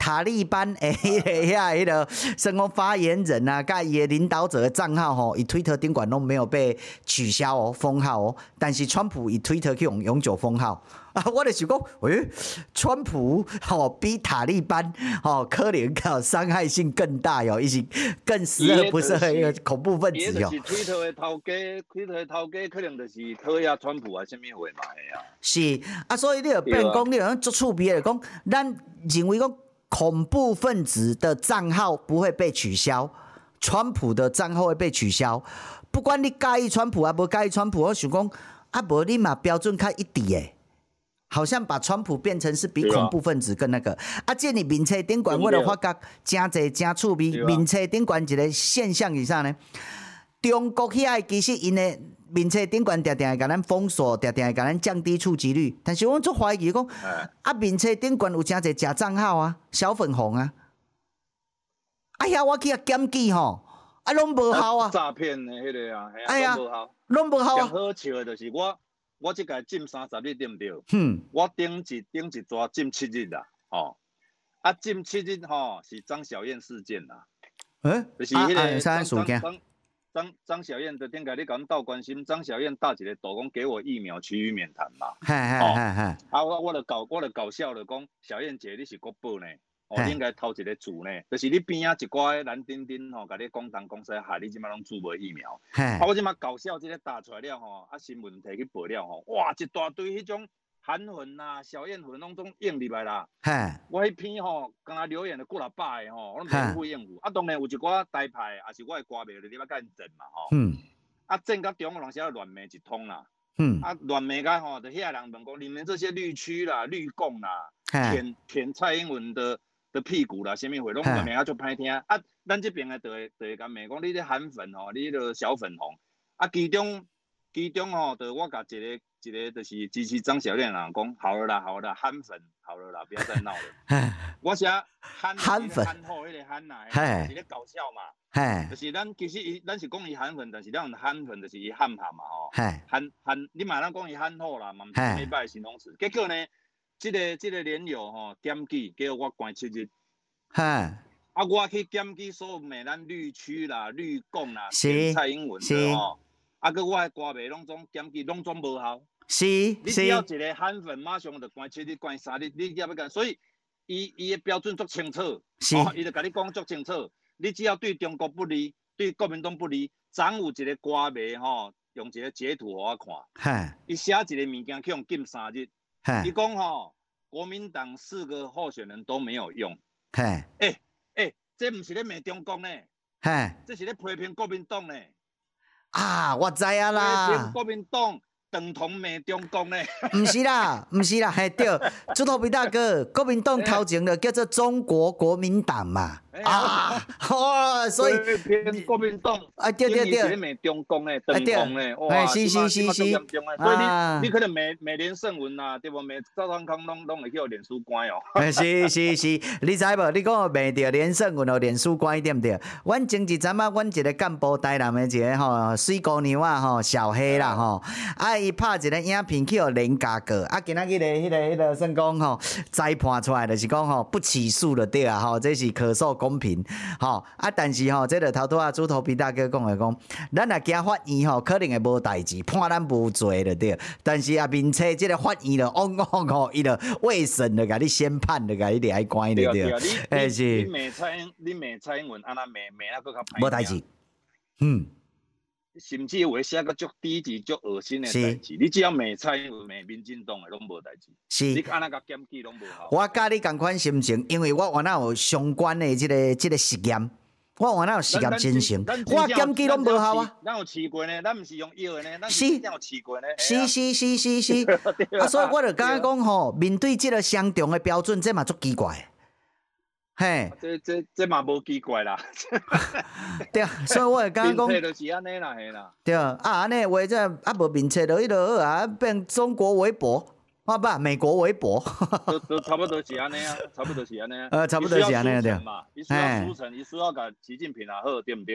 塔利班诶，迄个遐迄个，什么发言人啊，甲伊的领导者的账号吼，伊 Twitter 顶管都没有被取消哦，封号哦，但是川普以 Twitter 去用永久封号。啊，我就想讲，诶，川普吼、哦、比塔利班吼、哦、可能靠伤害性更大哟，伊是更十恶不赦的一个恐怖分子哟。 伊就是 Twitter 的头家 ，Twitter 的头家可能就是讨厌川普啊，什么话嘛的啊。 是啊，所以你就变讲，你好像做触别的讲，咱认为讲恐怖分子的账号不会被取消，川普的账号会被取消，不管你介意川普啊，无介意川普，我想讲啊，无你嘛标准较一致诶。好像把川普变成是比恐怖分子更那个，啊，啊这里面册顶管我就发觉真侪真趣味，面册顶管一个现象是啥呢？中国遐其实因的面册顶管定定会甲咱封锁，定定会甲咱降低触及率，但是我做怀疑讲，啊面册顶管有真侪假账号啊，小粉红啊，哎呀我去啊检举吼，啊拢无效啊， 诈骗的迄个啊， 哎呀， 拢无效， 拢无效啊， 上好笑的就是我。我即个禁三十日对不对？ 嗯， 我顶一顶一抓禁七日啦，吼，啊禁七日吼是张小燕事件啦， 诶， 就是迄个张张张张小燕的顶个你讲倒关心，张小燕大一个道讲给我疫苗，其余免谈嘛， 嘿嘿嘿嘿， 啊我我就搞我就搞笑了，讲小燕姐你是国宝呢。哦，你应该头一个字呢，就是你边啊一寡蓝丁丁吼，甲你讲东讲西，害你即摆拢注无疫苗。啊，我即摆搞笑即个打出来了吼，啊新闻摕去报了吼，哇一大堆迄种韩粉呐、小燕粉拢总应入来啦。我迄篇吼，刚才留言的过六百个吼，我拢免费应付。啊，当然有一寡台派，也是我的歌迷，你要甲因整嘛吼。嗯。啊，整到中有当时要乱骂一通啦。嗯。啊，乱骂甲吼，就遐人问讲，你们这些绿区啦、绿共啦，舔舔蔡英文的。的屁股啦，什么话拢讲名啊，足歹听啊！咱这边的就会就会讲骂讲你这韩粉吼，你这小粉红啊，其中其中吼，就我甲一个一个就是支持张小燕人讲，好了啦，好了啦，韩粉好了啦，不要再闹了。我写韩韩粉，韩后迄个韩呐，是咧搞笑嘛，就是咱其实伊咱是讲伊韩粉，但是咱韩粉就是伊喊下嘛吼，韩韩你嘛咱讲伊韩后啦，嘛毋是美歹形容词，结果呢？这个这个连友吼检举，叫我关七日。哈。啊，我去检举所有骂咱绿区啦、绿共啦、蔡英文的吼。啊，佮我的歌迷拢总检举，拢总无效。 是。 你只要一个韩粉，马上就关七日、关三日，你要要干？所以，伊伊的标准足清楚。是。哦，伊就甲你讲足清楚。你只要对中国不利，对国民党不利，总有一个歌迷吼，用一个截图互我看。哈。伊写一个物件去用禁三日。伊讲吼，国民党四个候选人都没有用。哎哎、欸欸，这不是咧骂中国呢？这是咧批评国民党呢。 啊，我知啊啦。 批评国民党等同骂中国呢？ 唔是啦，唔是啦，嘿对，猪头皮大哥，国民党头前的叫做中国国民党嘛。啊，哦，所以偏国民党， 啊对对对， 骂中共诶，等同诶，哇， 是是是是， 所以你你可能骂骂连胜文呐，对不？骂赵少康拢拢会去脸书关哦。 是是是，你知无？你讲骂着连胜文哦，脸书关对不对？阮前一阵啊，阮一个干部台南诶一个吼水姑娘啊吼小黑啦吼，啊伊拍一个影片去互连加过，啊今仔日个迄个迄个算讲吼裁判出来就是讲吼不起诉了对啊吼，这是可受。公平，吼啊！但是吼，这个头拄啊，猪头皮大哥讲的讲，咱若惊法院吼，可能会无代志，判咱无罪了对。但是啊，面册这个法院了，往往吼，伊了未审了，甲你先判了，甲你掠关了对。 哎是。你骂蔡英，你骂蔡英文，安那骂骂啊，搁较歹。 无代志。嗯。 甚至有写个足低级、足恶心的代志，你只要骂蔡英文、骂民进党的，拢无代志。是，你安那甲检举拢无效。 我甲你同款心情，因为我原来有相关的即、这个即、这个实验，我原来有实验进行，我检举拢无效啊。 咱有试过呢，咱毋是用药的呢，咱是有试过呢。 是是是是是，啊，所以我就感觉讲吼，面对即个相同的标准，这嘛足奇怪。嘿， 这这这嘛无奇怪啦， 对啊，所以我会感觉讲， 面册就是安尼啦，嘿啦， 对啊，啊安尼话这啊无面册就迄落啊变中国微博，啊不，美国微博， 都都差不多是安尼啊，差不多是安尼啊， 呃，差不多是安尼对， 嘛，伊需要输成，伊需要甲习近平啊好，对不对？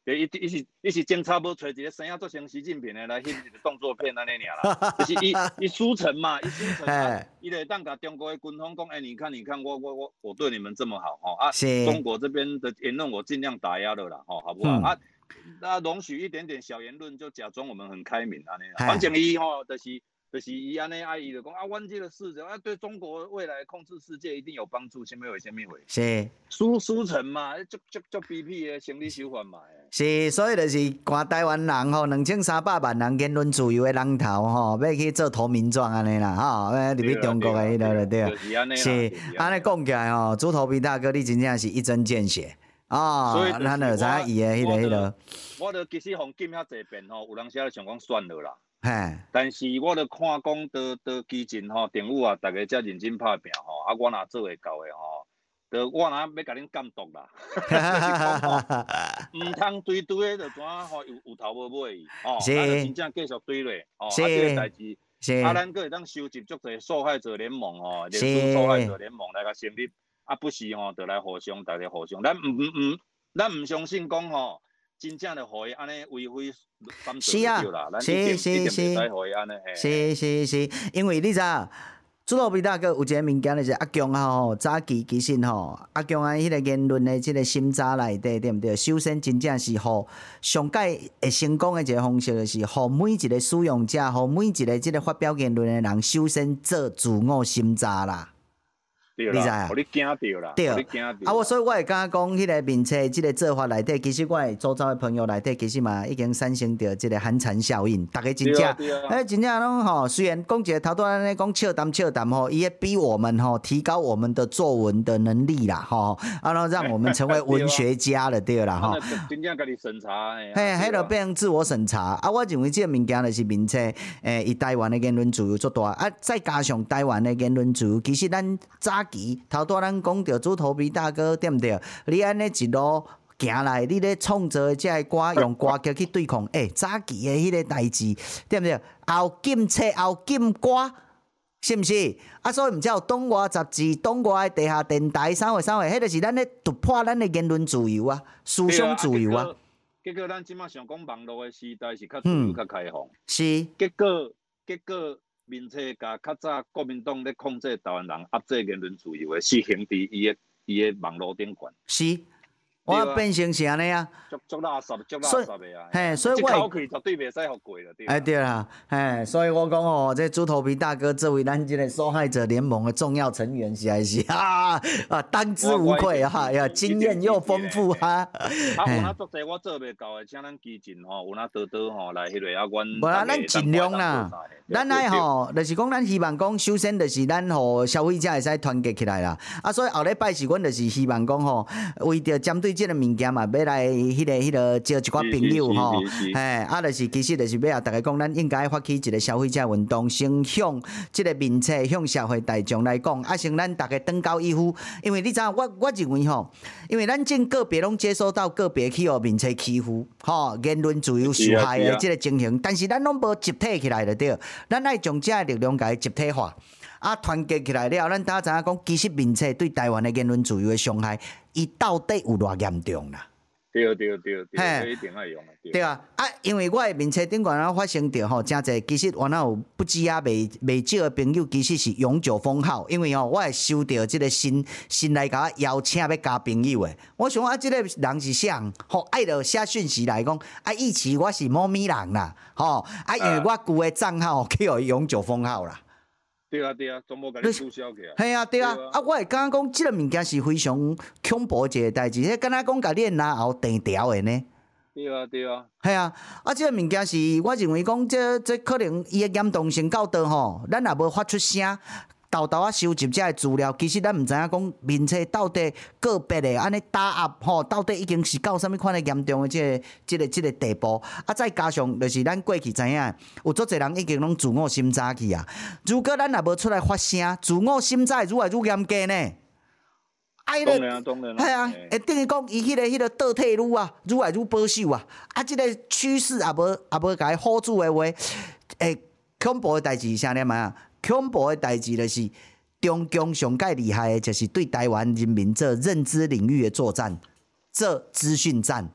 对，伊伊是伊是警察无找一个生仔做成习近平的来翕一个动作片安尼尔啦，就是伊伊输成嘛，伊输成啊，伊就会当甲中国的军方讲，哎、欸，你看你看我我我我对你们这么好吼啊，中国这边的言论我尽量打压了啦吼，好不好、嗯、啊？那容许一点点小言论，就假装我们很开明安尼啦，反正伊吼就是。就是伊安尼啊，伊就讲啊，阮这个事啊，对中国未来控制世界一定有帮助，什么话什么话。是。输输成嘛，足足足逼逼的心理手法嘛。 是，所以就是看台湾人吼，两千三百万人言论自由的人头吼，要去做投名状安尼啦，吼，要入去中国的迄个对。是安尼。是，安尼讲起来吼，猪头皮大哥，你真正是一针见血。哦，咱就知影伊的迄个迄个。 我著其实互禁遐济遍吼，有人写咧想讲算了啦。但是我著看讲，到到基进吼，政府啊，大家遮认真拍拼吼，啊，我若做会到的吼，著我若要甲恁监督啦，毋通堆堆的，就怎吼有有头无尾，吼，啊，真正继续堆落，哦，啊，这个代志，啊，咱阁会当收集足侪受害者联盟吼，联署受害者联盟来甲成立，啊，不是吼，著来互相，大家互相，咱毋毋毋，咱毋相信讲吼。真正的互伊安尼为非犯罪就啦，咱一定一定袂使互伊安尼。 是是是，因为你知影，猪头皮大哥有一个物件就是阿强啊吼，早期其实吼，阿强啊迄个言论的即个心渣内底对毋对？首先真正是互上届会成功的一个方式，就是互每一个使用者，互每一个即个发表言论的人，首先做自我心渣啦。 对啦，互你惊到啦， 对， 啊， 我所以我会敢讲，迄个面册即个做法内底，其实我的周遭的朋友内底，其实嘛已经产生着即个寒蝉效应，大家真正，哎，真正拢吼，虽然讲一个头拄安尼讲笑谈笑谈吼，伊也逼我们吼提高我们的作文的能力啦，吼，啊，然后让我们成为文学家了，对啦，吼。 真正家己审查， 嘿，迄个变成自我审查，啊，我认为即个物件就是面册，诶，伊台湾的言论自由足大，啊，再加上台湾的言论自由，其实咱早头拄咱讲着猪头皮大哥对毋对？你安尼一路行来，你咧创造的这歌，用歌曲去对抗，诶、欸，早期的迄个代志对毋对？后禁册后禁歌，是毋是？啊，所以毋才有东华杂志、东华的地下电台，啥货啥货，迄个是咱咧突破咱的言论自由啊，思想自由啊。 结果咱即马想讲网络的时代是较自由、较开放， 是。 结果结果。面册甲较早国民党咧控制台湾人压制言论自由的，是行伫伊的伊的网络顶管。 是，我变成是安尼啊。 足足垃圾，足垃圾的啊。 嘿，所以我口气绝对袂使互过了，对。 哎，对啦，嘿，所以我讲吼，这猪头皮大哥作为咱这个受害者联盟的重要成员，实在是啊啊，当之无愧啊，呀，经验又丰富哈。 啊，有哪足侪我做袂到的，请咱基进吼，有哪多多吼来迄个啊，阮。 无啦，咱尽量啦。咱爱吼，就是讲，咱希望讲，首先就是咱吼消费者会使团结起来啦。啊，所以后礼拜是，阮就是希望讲吼，为着针对这个物件嘛，要来迄个迄个招一寡朋友吼，哎，啊，就是其实就是要啊，大家讲，咱应该发起一个消费者运动，先向这个面册，向社会大众来讲，啊，先咱大家登高一呼，因为你知影，我我认为吼，因为咱正个别拢接收到个别去互面册欺负，吼，言论自由受害的这个情形，但是咱拢无集体起来就对。咱爱将这力量甲伊集体化，啊，团结起来了，咱大家知影讲，其实面册对台湾的言论自由的伤害，伊到底有偌严重啦？ 对对对对，一定要用啊！ 对啊，啊，因为我的面册顶悬啊发生着吼，真侪其实我那有不止啊，未未少的朋友其实是永久封号，因为吼，我会收到即个信信来甲我邀请要交朋友的。我想啊，即个人是啥？吼，爱着写讯息来讲，啊，以前我是猫咪人啦，吼，啊，因为我旧的账号去互伊永久封号啦。 对啊对啊，全部甲你注销起啊！ 系啊对啊，啊我会感觉讲，即个物件是非常恐怖一个代志，迄敢若讲甲你拿后定条的呢。 对啊对啊。 系啊，啊即个物件是，我认为讲，这这可能伊的严重性到倒吼，咱也无发出声。豆豆啊，收集这资料，其实咱毋知影讲面册到底个别的安尼打压吼，到底已经是到什么款的严重的这个、这个、这个地步？啊，再加上就是咱过去知影，有足侪人已经拢自我审查去啊。如果咱也无出来发声，自我审查愈来愈严格呢？ 哎，当然当然。 系啊，会等于讲伊迄个迄个倒退愈啊，愈来愈保守啊。啊，即个趋势也无也无甲伊 hold 住的话，诶，恐怖的代志是啥呢嘛？恐怖的代志就是中共上界厉害的，就是对台湾人民做认知领域的作战，做资讯战。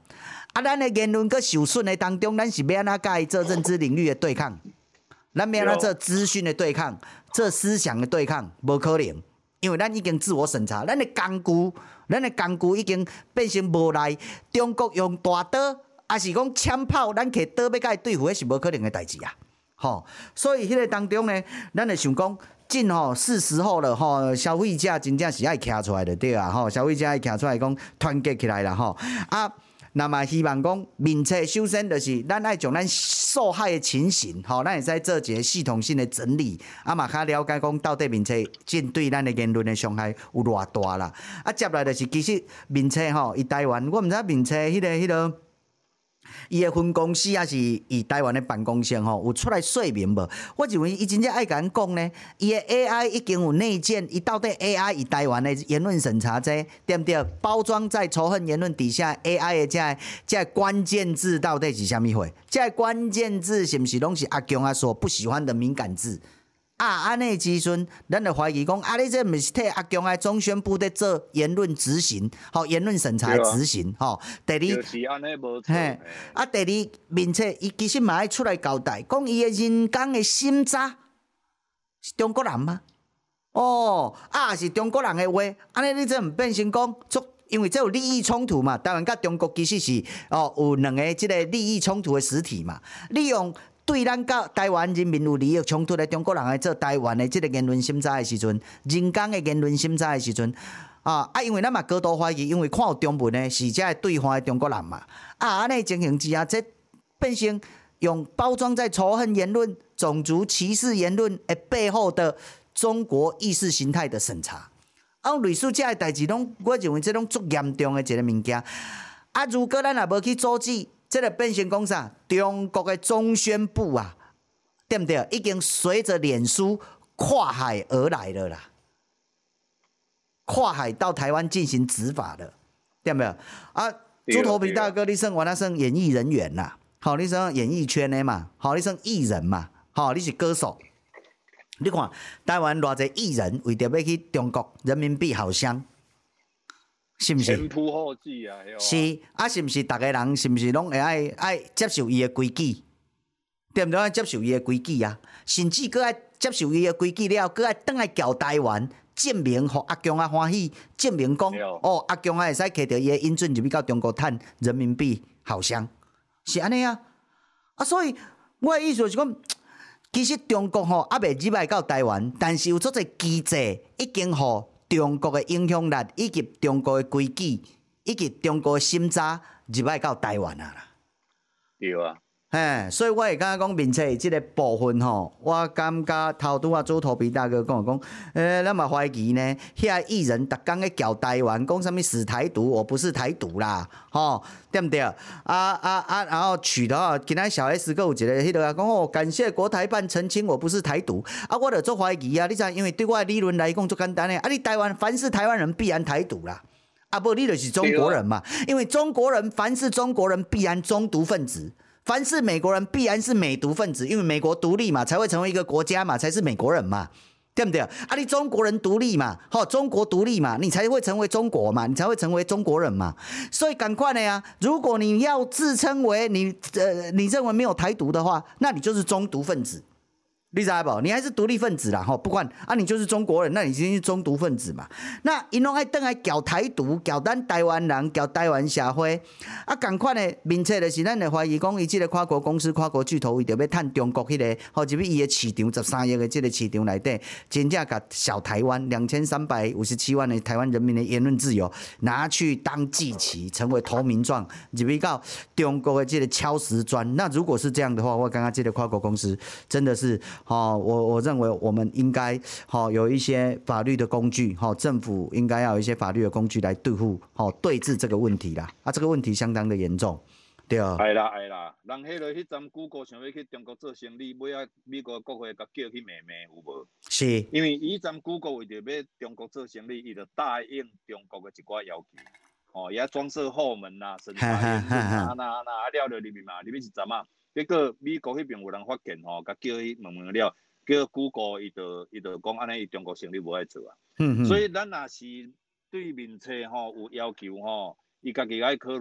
啊，咱的言论搁受损的当中，咱是要安怎甲伊做认知领域的对抗？咱要安怎做资讯的对抗，做思想的对抗，无可能，因为咱已经自我审查，咱的工具，咱的工具已经变成无赖。中国用大刀，还是讲枪炮，咱摕刀要甲伊对付，迄是无可能的代志啊！吼，所以迄个当中呢，咱就想讲。真吼，是时候了吼，消费者真正是爱徛出来的对啊吼，消费者爱徛出来讲团结起来啦吼啊，那么希望讲民策首先就是咱爱将咱受害的情形吼，咱会使做一个系统性的整理，啊嘛较了解讲到底民策针对咱的言论的伤害有偌大啦，啊接来就是其实民策吼，伊台湾我毋知民策迄个迄个。那個伊的分公司也是以台湾的办公室吼，有出来说明无？我认为伊真正爱甲咱讲呢，伊的 A I 已经有内建，伊到底 A I 以台湾的言论审查这对不对？包装在仇恨言论底下 ，A I 的这这关键字到底是啥物货？这关键字是毋是拢是阿强啊所不喜欢的敏感字？啊，安尼时阵，咱就怀疑讲，啊，你这毋是替阿强的中宣部在做言论执行，吼，言论审查执行，吼。第二， 就是安尼无错。 嘿，啊，第二，民策伊其实嘛爱出来交代，讲伊的人工的心渣是中国人吗？哦，啊，是中国人的话，安尼你这毋变成讲，因为这有利益冲突嘛，台湾甲中国其实是哦有两个即个利益冲突的实体嘛，利用。对咱甲台湾人民有利益冲突的中国人来做台湾的即个言论审查的时阵，人工的言论审查的时阵，啊啊，因为咱嘛高度怀疑，因为看有中文的是这对方的中国人嘛，啊安尼情形之下，这变成用包装在仇恨言论、种族歧视言论的背后的中国意识形态的审查。啊，类似这的代志，拢我认为这种足严重的一个物件。啊，如果咱也无去阻止。这个变成讲啥？中国的中宣部啊，对不对？已经随着脸书跨海而来了啦，跨海到台湾进行执法了，对不对？啊，猪头皮大哥，你算我那算演艺人员啦，好，你算演艺圈的嘛，好，你算艺人嘛，好，你是歌手。你看台湾偌济艺人为着要去中国人民币好乡。是毋是？ 前仆後繼啊！ 是啊，是毋是？逐个人是毋是拢會愛愛接受伊的規矩？對毋對？愛接受伊的規矩啊，甚至閣愛接受伊的規矩了，閣愛轉來交台灣，證明互阿強啊歡喜，證明講哦，阿強啊會使摕到伊的引准入去到中國趁人民幣好香，是安尼啊！啊，所以我的意思是講，其實中國吼還未入來到台灣，但是有足儕機制已經互。中國的影響力以及中國的規矩，以及中國的審查入來到台灣啊啦。 對啊。 嘿，所以我會感覺講民策即個部分吼，我感覺頭拄啊做土皮大哥講講，誒，咱嘛懷疑呢，遐藝人逐工咧叫台灣，講啥物死台獨，我不是台獨啦，吼，對唔對？啊啊啊，然後取的吼，今仔小 S 閣有一個迄個啊，講哦，感謝國台辦澄清，我不是台獨，啊，我就做懷疑啊，你知？因為對我的理論來講足簡單誒，啊，你台灣凡是台灣人必然台獨啦，啊，不，你就是中國人嘛，因為中國人凡是中國人必然中獨分子。凡是美國人必然是美獨分子，因為美國獨立嘛，才會成為一個國家嘛，才是美國人嘛，對不對？啊，你中國人獨立嘛，好，中國獨立嘛，你才會成為中國嘛，你才會成為中國人嘛。所以趕快的呀，如果你要自稱為你呃，你認為沒有台獨的話，那你就是中獨分子。你知道不？你還是獨立分子啦，吼，不管啊，你就是中國人，那你就是中獨分子嘛。那因攏愛轉來搞台獨，搞咱台灣人，搞台灣社會，啊，同款的民策就是咱會懷疑講，伊即個跨國公司、跨國巨頭，伊就要趁中國迄、那個，吼，入去伊的市場十三億的即個市場內底，真正甲小台灣兩千三百五十七萬的台灣人民的言論自由拿去當祭旗，成為投名狀，入去到中國的即個敲石磚。那如果是這樣的話，我剛剛這個跨國公司真的是。哦，我我認為我們應該好有一些法律的工具，好政府應該要有一些法律的工具來對付，好對峙這個問題啦。啊，這個問題相當的嚴重，對啊。係啦係啦，人迄個迄陣 Google 想要去中國做生意，尾啊美國國會甲叫去罵罵有無？是。因為以陣 Google 為着要中國做生意，伊就答應中國的一寡要求，哦，也裝設後門啦，審查驗證啊，那那啊了了入面嘛，入面是怎啊？結果美國迄邊有人發現吼，甲叫伊問問了，叫 Google 伊就伊就講安尼，伊中國生意無愛做啊。嗯嗯。所以咱若是對民策吼有要求吼，伊家己愛考慮哦。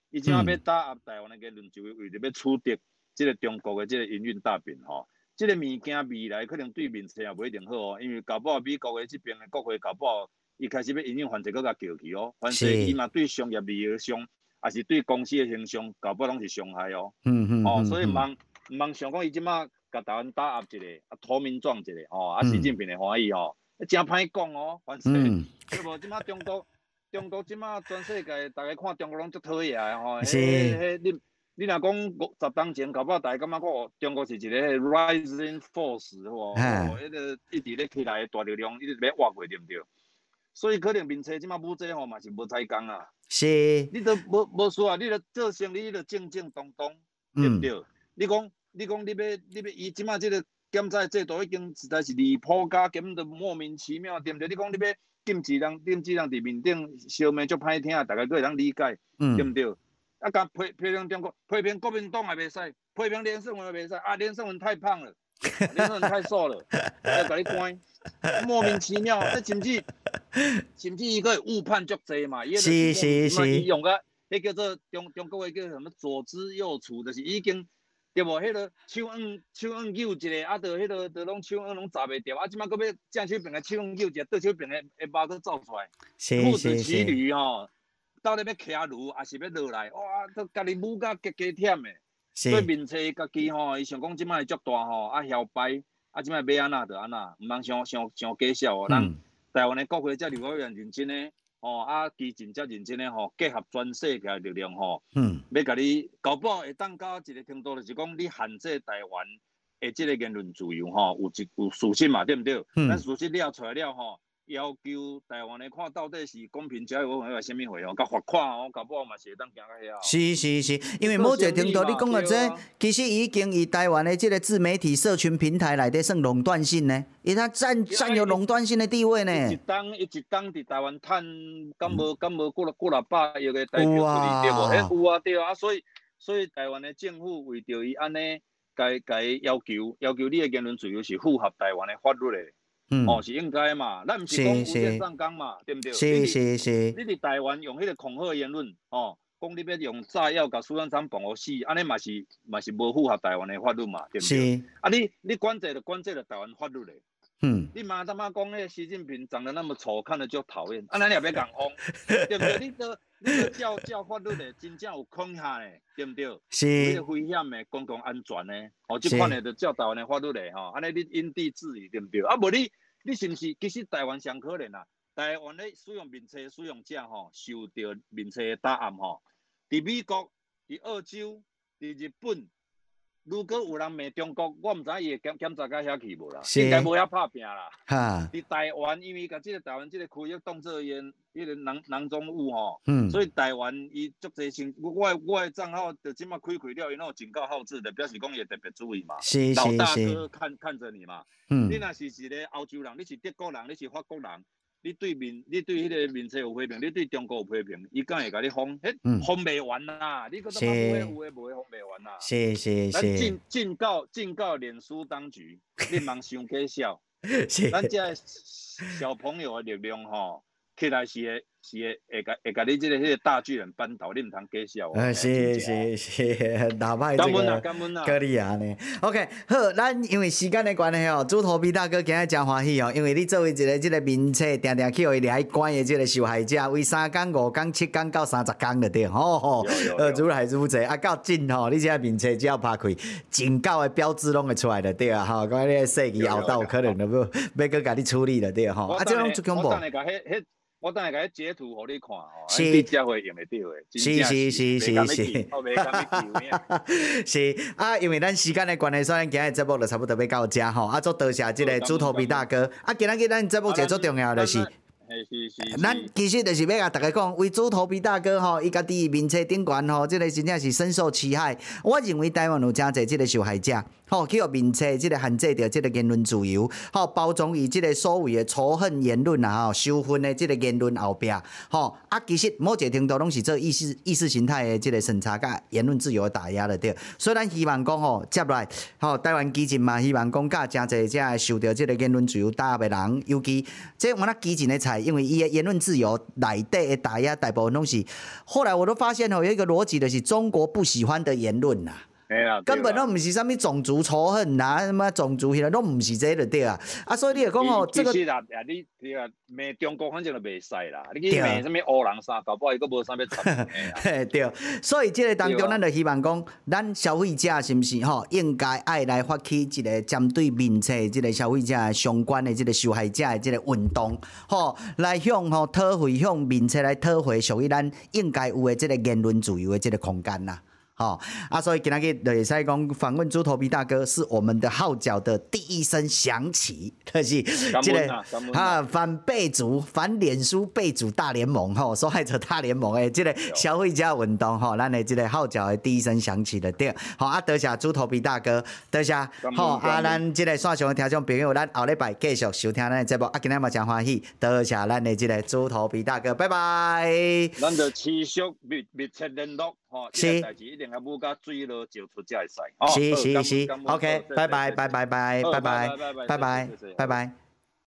伊即马要打压台湾的言论自由，为着要取得即个中国的即个营运大饼吼。即个物件未来可能对面车也不一定好哦，因为搞不好美国的即边的国会搞不好，伊开始要营运犯罪，搁甲叫去哦。反正伊嘛对商业利益上，也是对公司的形象，搞不好拢是伤害哦。 嗯嗯。 哦，所以茫茫想讲，伊即马甲台湾打压一个，啊投名状一个，哦，啊习近平的欢喜哦，真歹讲哦，反正对无即马中国，中国即马全世界，大家看中国拢足讨厌的吼。 是。 迄你。你若讲十当前，搞不好大家感觉讲中国是一个 rising force 吼，哦，迄个一直咧起来的大力量，一直要挖过，对毋对？所以可能面册即马武这吼嘛是无采工啊。 是。 你都无无需要，你著做生意，你著正正当当，对毋对？嗯、你讲你讲你要你要伊即马即个检查制度已经实在是离谱加检得莫名其妙，对毋对？你讲你要禁止人禁止人伫面顶烧骂足歹听，大家都会当理解，嗯、对毋对？啊！甲批批评中国，批评国民党也袂使，批评连胜文也袂使。啊，连胜文太胖了，连胜文太瘦了，要甲你关，莫名其妙。那甚至甚至伊个误判足济嘛， 是是是， 伊用个迄叫做中中国诶叫什么左支右绌，就是已经对无？迄个手按手按扭一个，啊，着迄个着拢手按拢砸袂掉，啊，即摆搁要正手边个手按扭一个，倒手边个下巴搁走出来，父子骑驴吼。到底要骑驴，还是要落来？哇，都家己舞甲加加忝的。所以面册家己吼，伊想讲即摆足大吼，啊摇摆，啊即摆要安那就安那，毋通伤伤伤假笑哦。咱、嗯、台湾的国会遮立法委员认真的，吼啊基进遮认真的吼，结合全世界力量吼，嗯，要甲你搞不好会当到一个程度，就是讲你限制台湾的即个言论自由吼，有一有事实嘛，对毋对？嗯，咱事实了出来了吼。要求台湾的看到底是公平交易委员会什么会哦，甲罚款哦，搞不好嘛是会当行到遐。 是是是，因为某一个程度你讲的这，其实已经以台湾的这个自媒体社群平台内底算垄断性呢，因为它占占有垄断性的地位呢。 一当一当伫台湾趁，敢无敢无过过六百亿个代表处对无？迄有啊对啊，所以所以台湾的政府为着伊安尼，该该要求要求你的言论自由是符合台湾的法律的。嗯、哦，是应该嘛，咱毋是讲无限上纲嘛，对毋对？ 是是是。 你伫台湾用迄个恐吓言论，哦，讲你要用炸药甲苏贞昌绑互死，安尼嘛是嘛是无符合台湾的法律嘛，对毋对？啊，你你管这就管这就台湾法律嘞。嗯。你妈他妈讲那个习近平长得那么丑，看了就讨厌，啊，咱也别讲轰，对毋对？你都你都叫叫法律嘞，真正有恐吓嘞，对毋对？ 是。 有危险的公共安全呢，哦，即款的就叫台湾的法律嘞，吼，安尼你因地制宜，对毋对？啊，无你。你是毋是其实台湾上可怜啊？台湾咧使用面册使用者吼，受到面册的打压吼。伫美国、伫澳洲、伫日本，如果有人骂中国，我毋知伊会检检查到遐去无啦？应该无遐拍拼啦。哈。伫台湾，因为甲即个台湾即个区域当作伊迄个囊囊中物吼，嗯，所以台湾伊足侪先，我我的账号就即马开开了，伊拢有警告号字的，表示讲伊特别注意嘛。 是是是。老大哥看看着你嘛。嗯，你若是一个欧洲人，你是德国人，你是法国人，你对面你对迄个面册有批评，你对中国有批评，伊敢会甲你封？迄封袂完啦！你个他妈有诶有诶无诶封袂完啦！ 是是是。 咱警警告警告脸书当局，你莫伤假笑。是。咱遮小朋友诶力量吼，起来是会是会会甲会甲你即个迄个大巨人扳倒，你毋通假笑。 啊，是是是，哪歹这个格利亚呢 ？OK， 好，咱因为时间的关系哦，猪头皮大哥今日真欢喜哦，因为你作为一个即个面册，定定去互伊掠去关的即个受害者，为三工、五工、七工到三十工就对，吼吼，呃，如来如贼，啊，到真吼，你即个面册只要拍开，警告的标志拢会出来的对啊，吼，讲你个设计后道可能都要要搁甲你处理了对吼，啊，这种足恐怖。 我等下甲截图互你看吼，你才会用得到的。 是是是是是。是啊，因为咱时间的关系，所以咱今日节目就差不多要到遮吼。啊，足多谢即个猪头皮大哥。啊，今仔日咱节目一个足重要的是。 是是， 咱其实就是要甲大家讲，为猪头皮大哥吼，伊家己面册顶悬吼，即个真正是深受其害。我认为台湾有真侪即个受害者，吼，去互面册即个限制着即个言论自由，吼，包装以即个所谓的仇恨言论啊，吼，羞愤的即个言论后壁，吼，啊，其实某一个程度拢是做意识意识形态的即个审查甲言论自由的打压了对。所以咱希望讲吼，接来吼，台湾基进嘛，希望讲甲真侪遮受到即个言论自由打压的人，尤其即我那基进的采。 因为伊的言论自由内底的打压大部分拢是，后来我都发现哦，有一个逻辑就是中国不喜欢的言论呐。根本都唔是啥物种族仇恨啦，什么种族迄个，都唔是这个对啊。啊，所以你就讲哦，这个其实啊，你你啊骂中国反正就袂使啦，你去骂什么乌人啥，搞不好伊佫无啥要插。 对，所以这个当中，咱就希望讲，咱消费者是毋是吼，应该爱来发起一个针对民粹这个消费者相关的这个受害者的这个运动，吼，来向吼讨回向民粹来讨回属于咱应该有的这个言论自由的这个空间啦。好、哦、啊，所以今日就会使讲访问猪头皮大哥是我们的号角的第一声响起，就是这个啊反贝族、反脸书贝族大联盟吼，受害者大联盟的这个消费者运动吼，咱的这个号角的第一声响起的对，好啊，多谢猪头皮大哥，多谢好啊，咱这个线上的听众朋友，咱后礼拜继续收听咱的节目，啊，今日嘛真欢喜，多谢咱的这个猪头皮大哥，拜拜。 咱就持续密密切联络。是，代志一定要母甲水落照出才会使。 是是是 ，OK， 拜拜拜拜拜拜拜拜拜拜拜。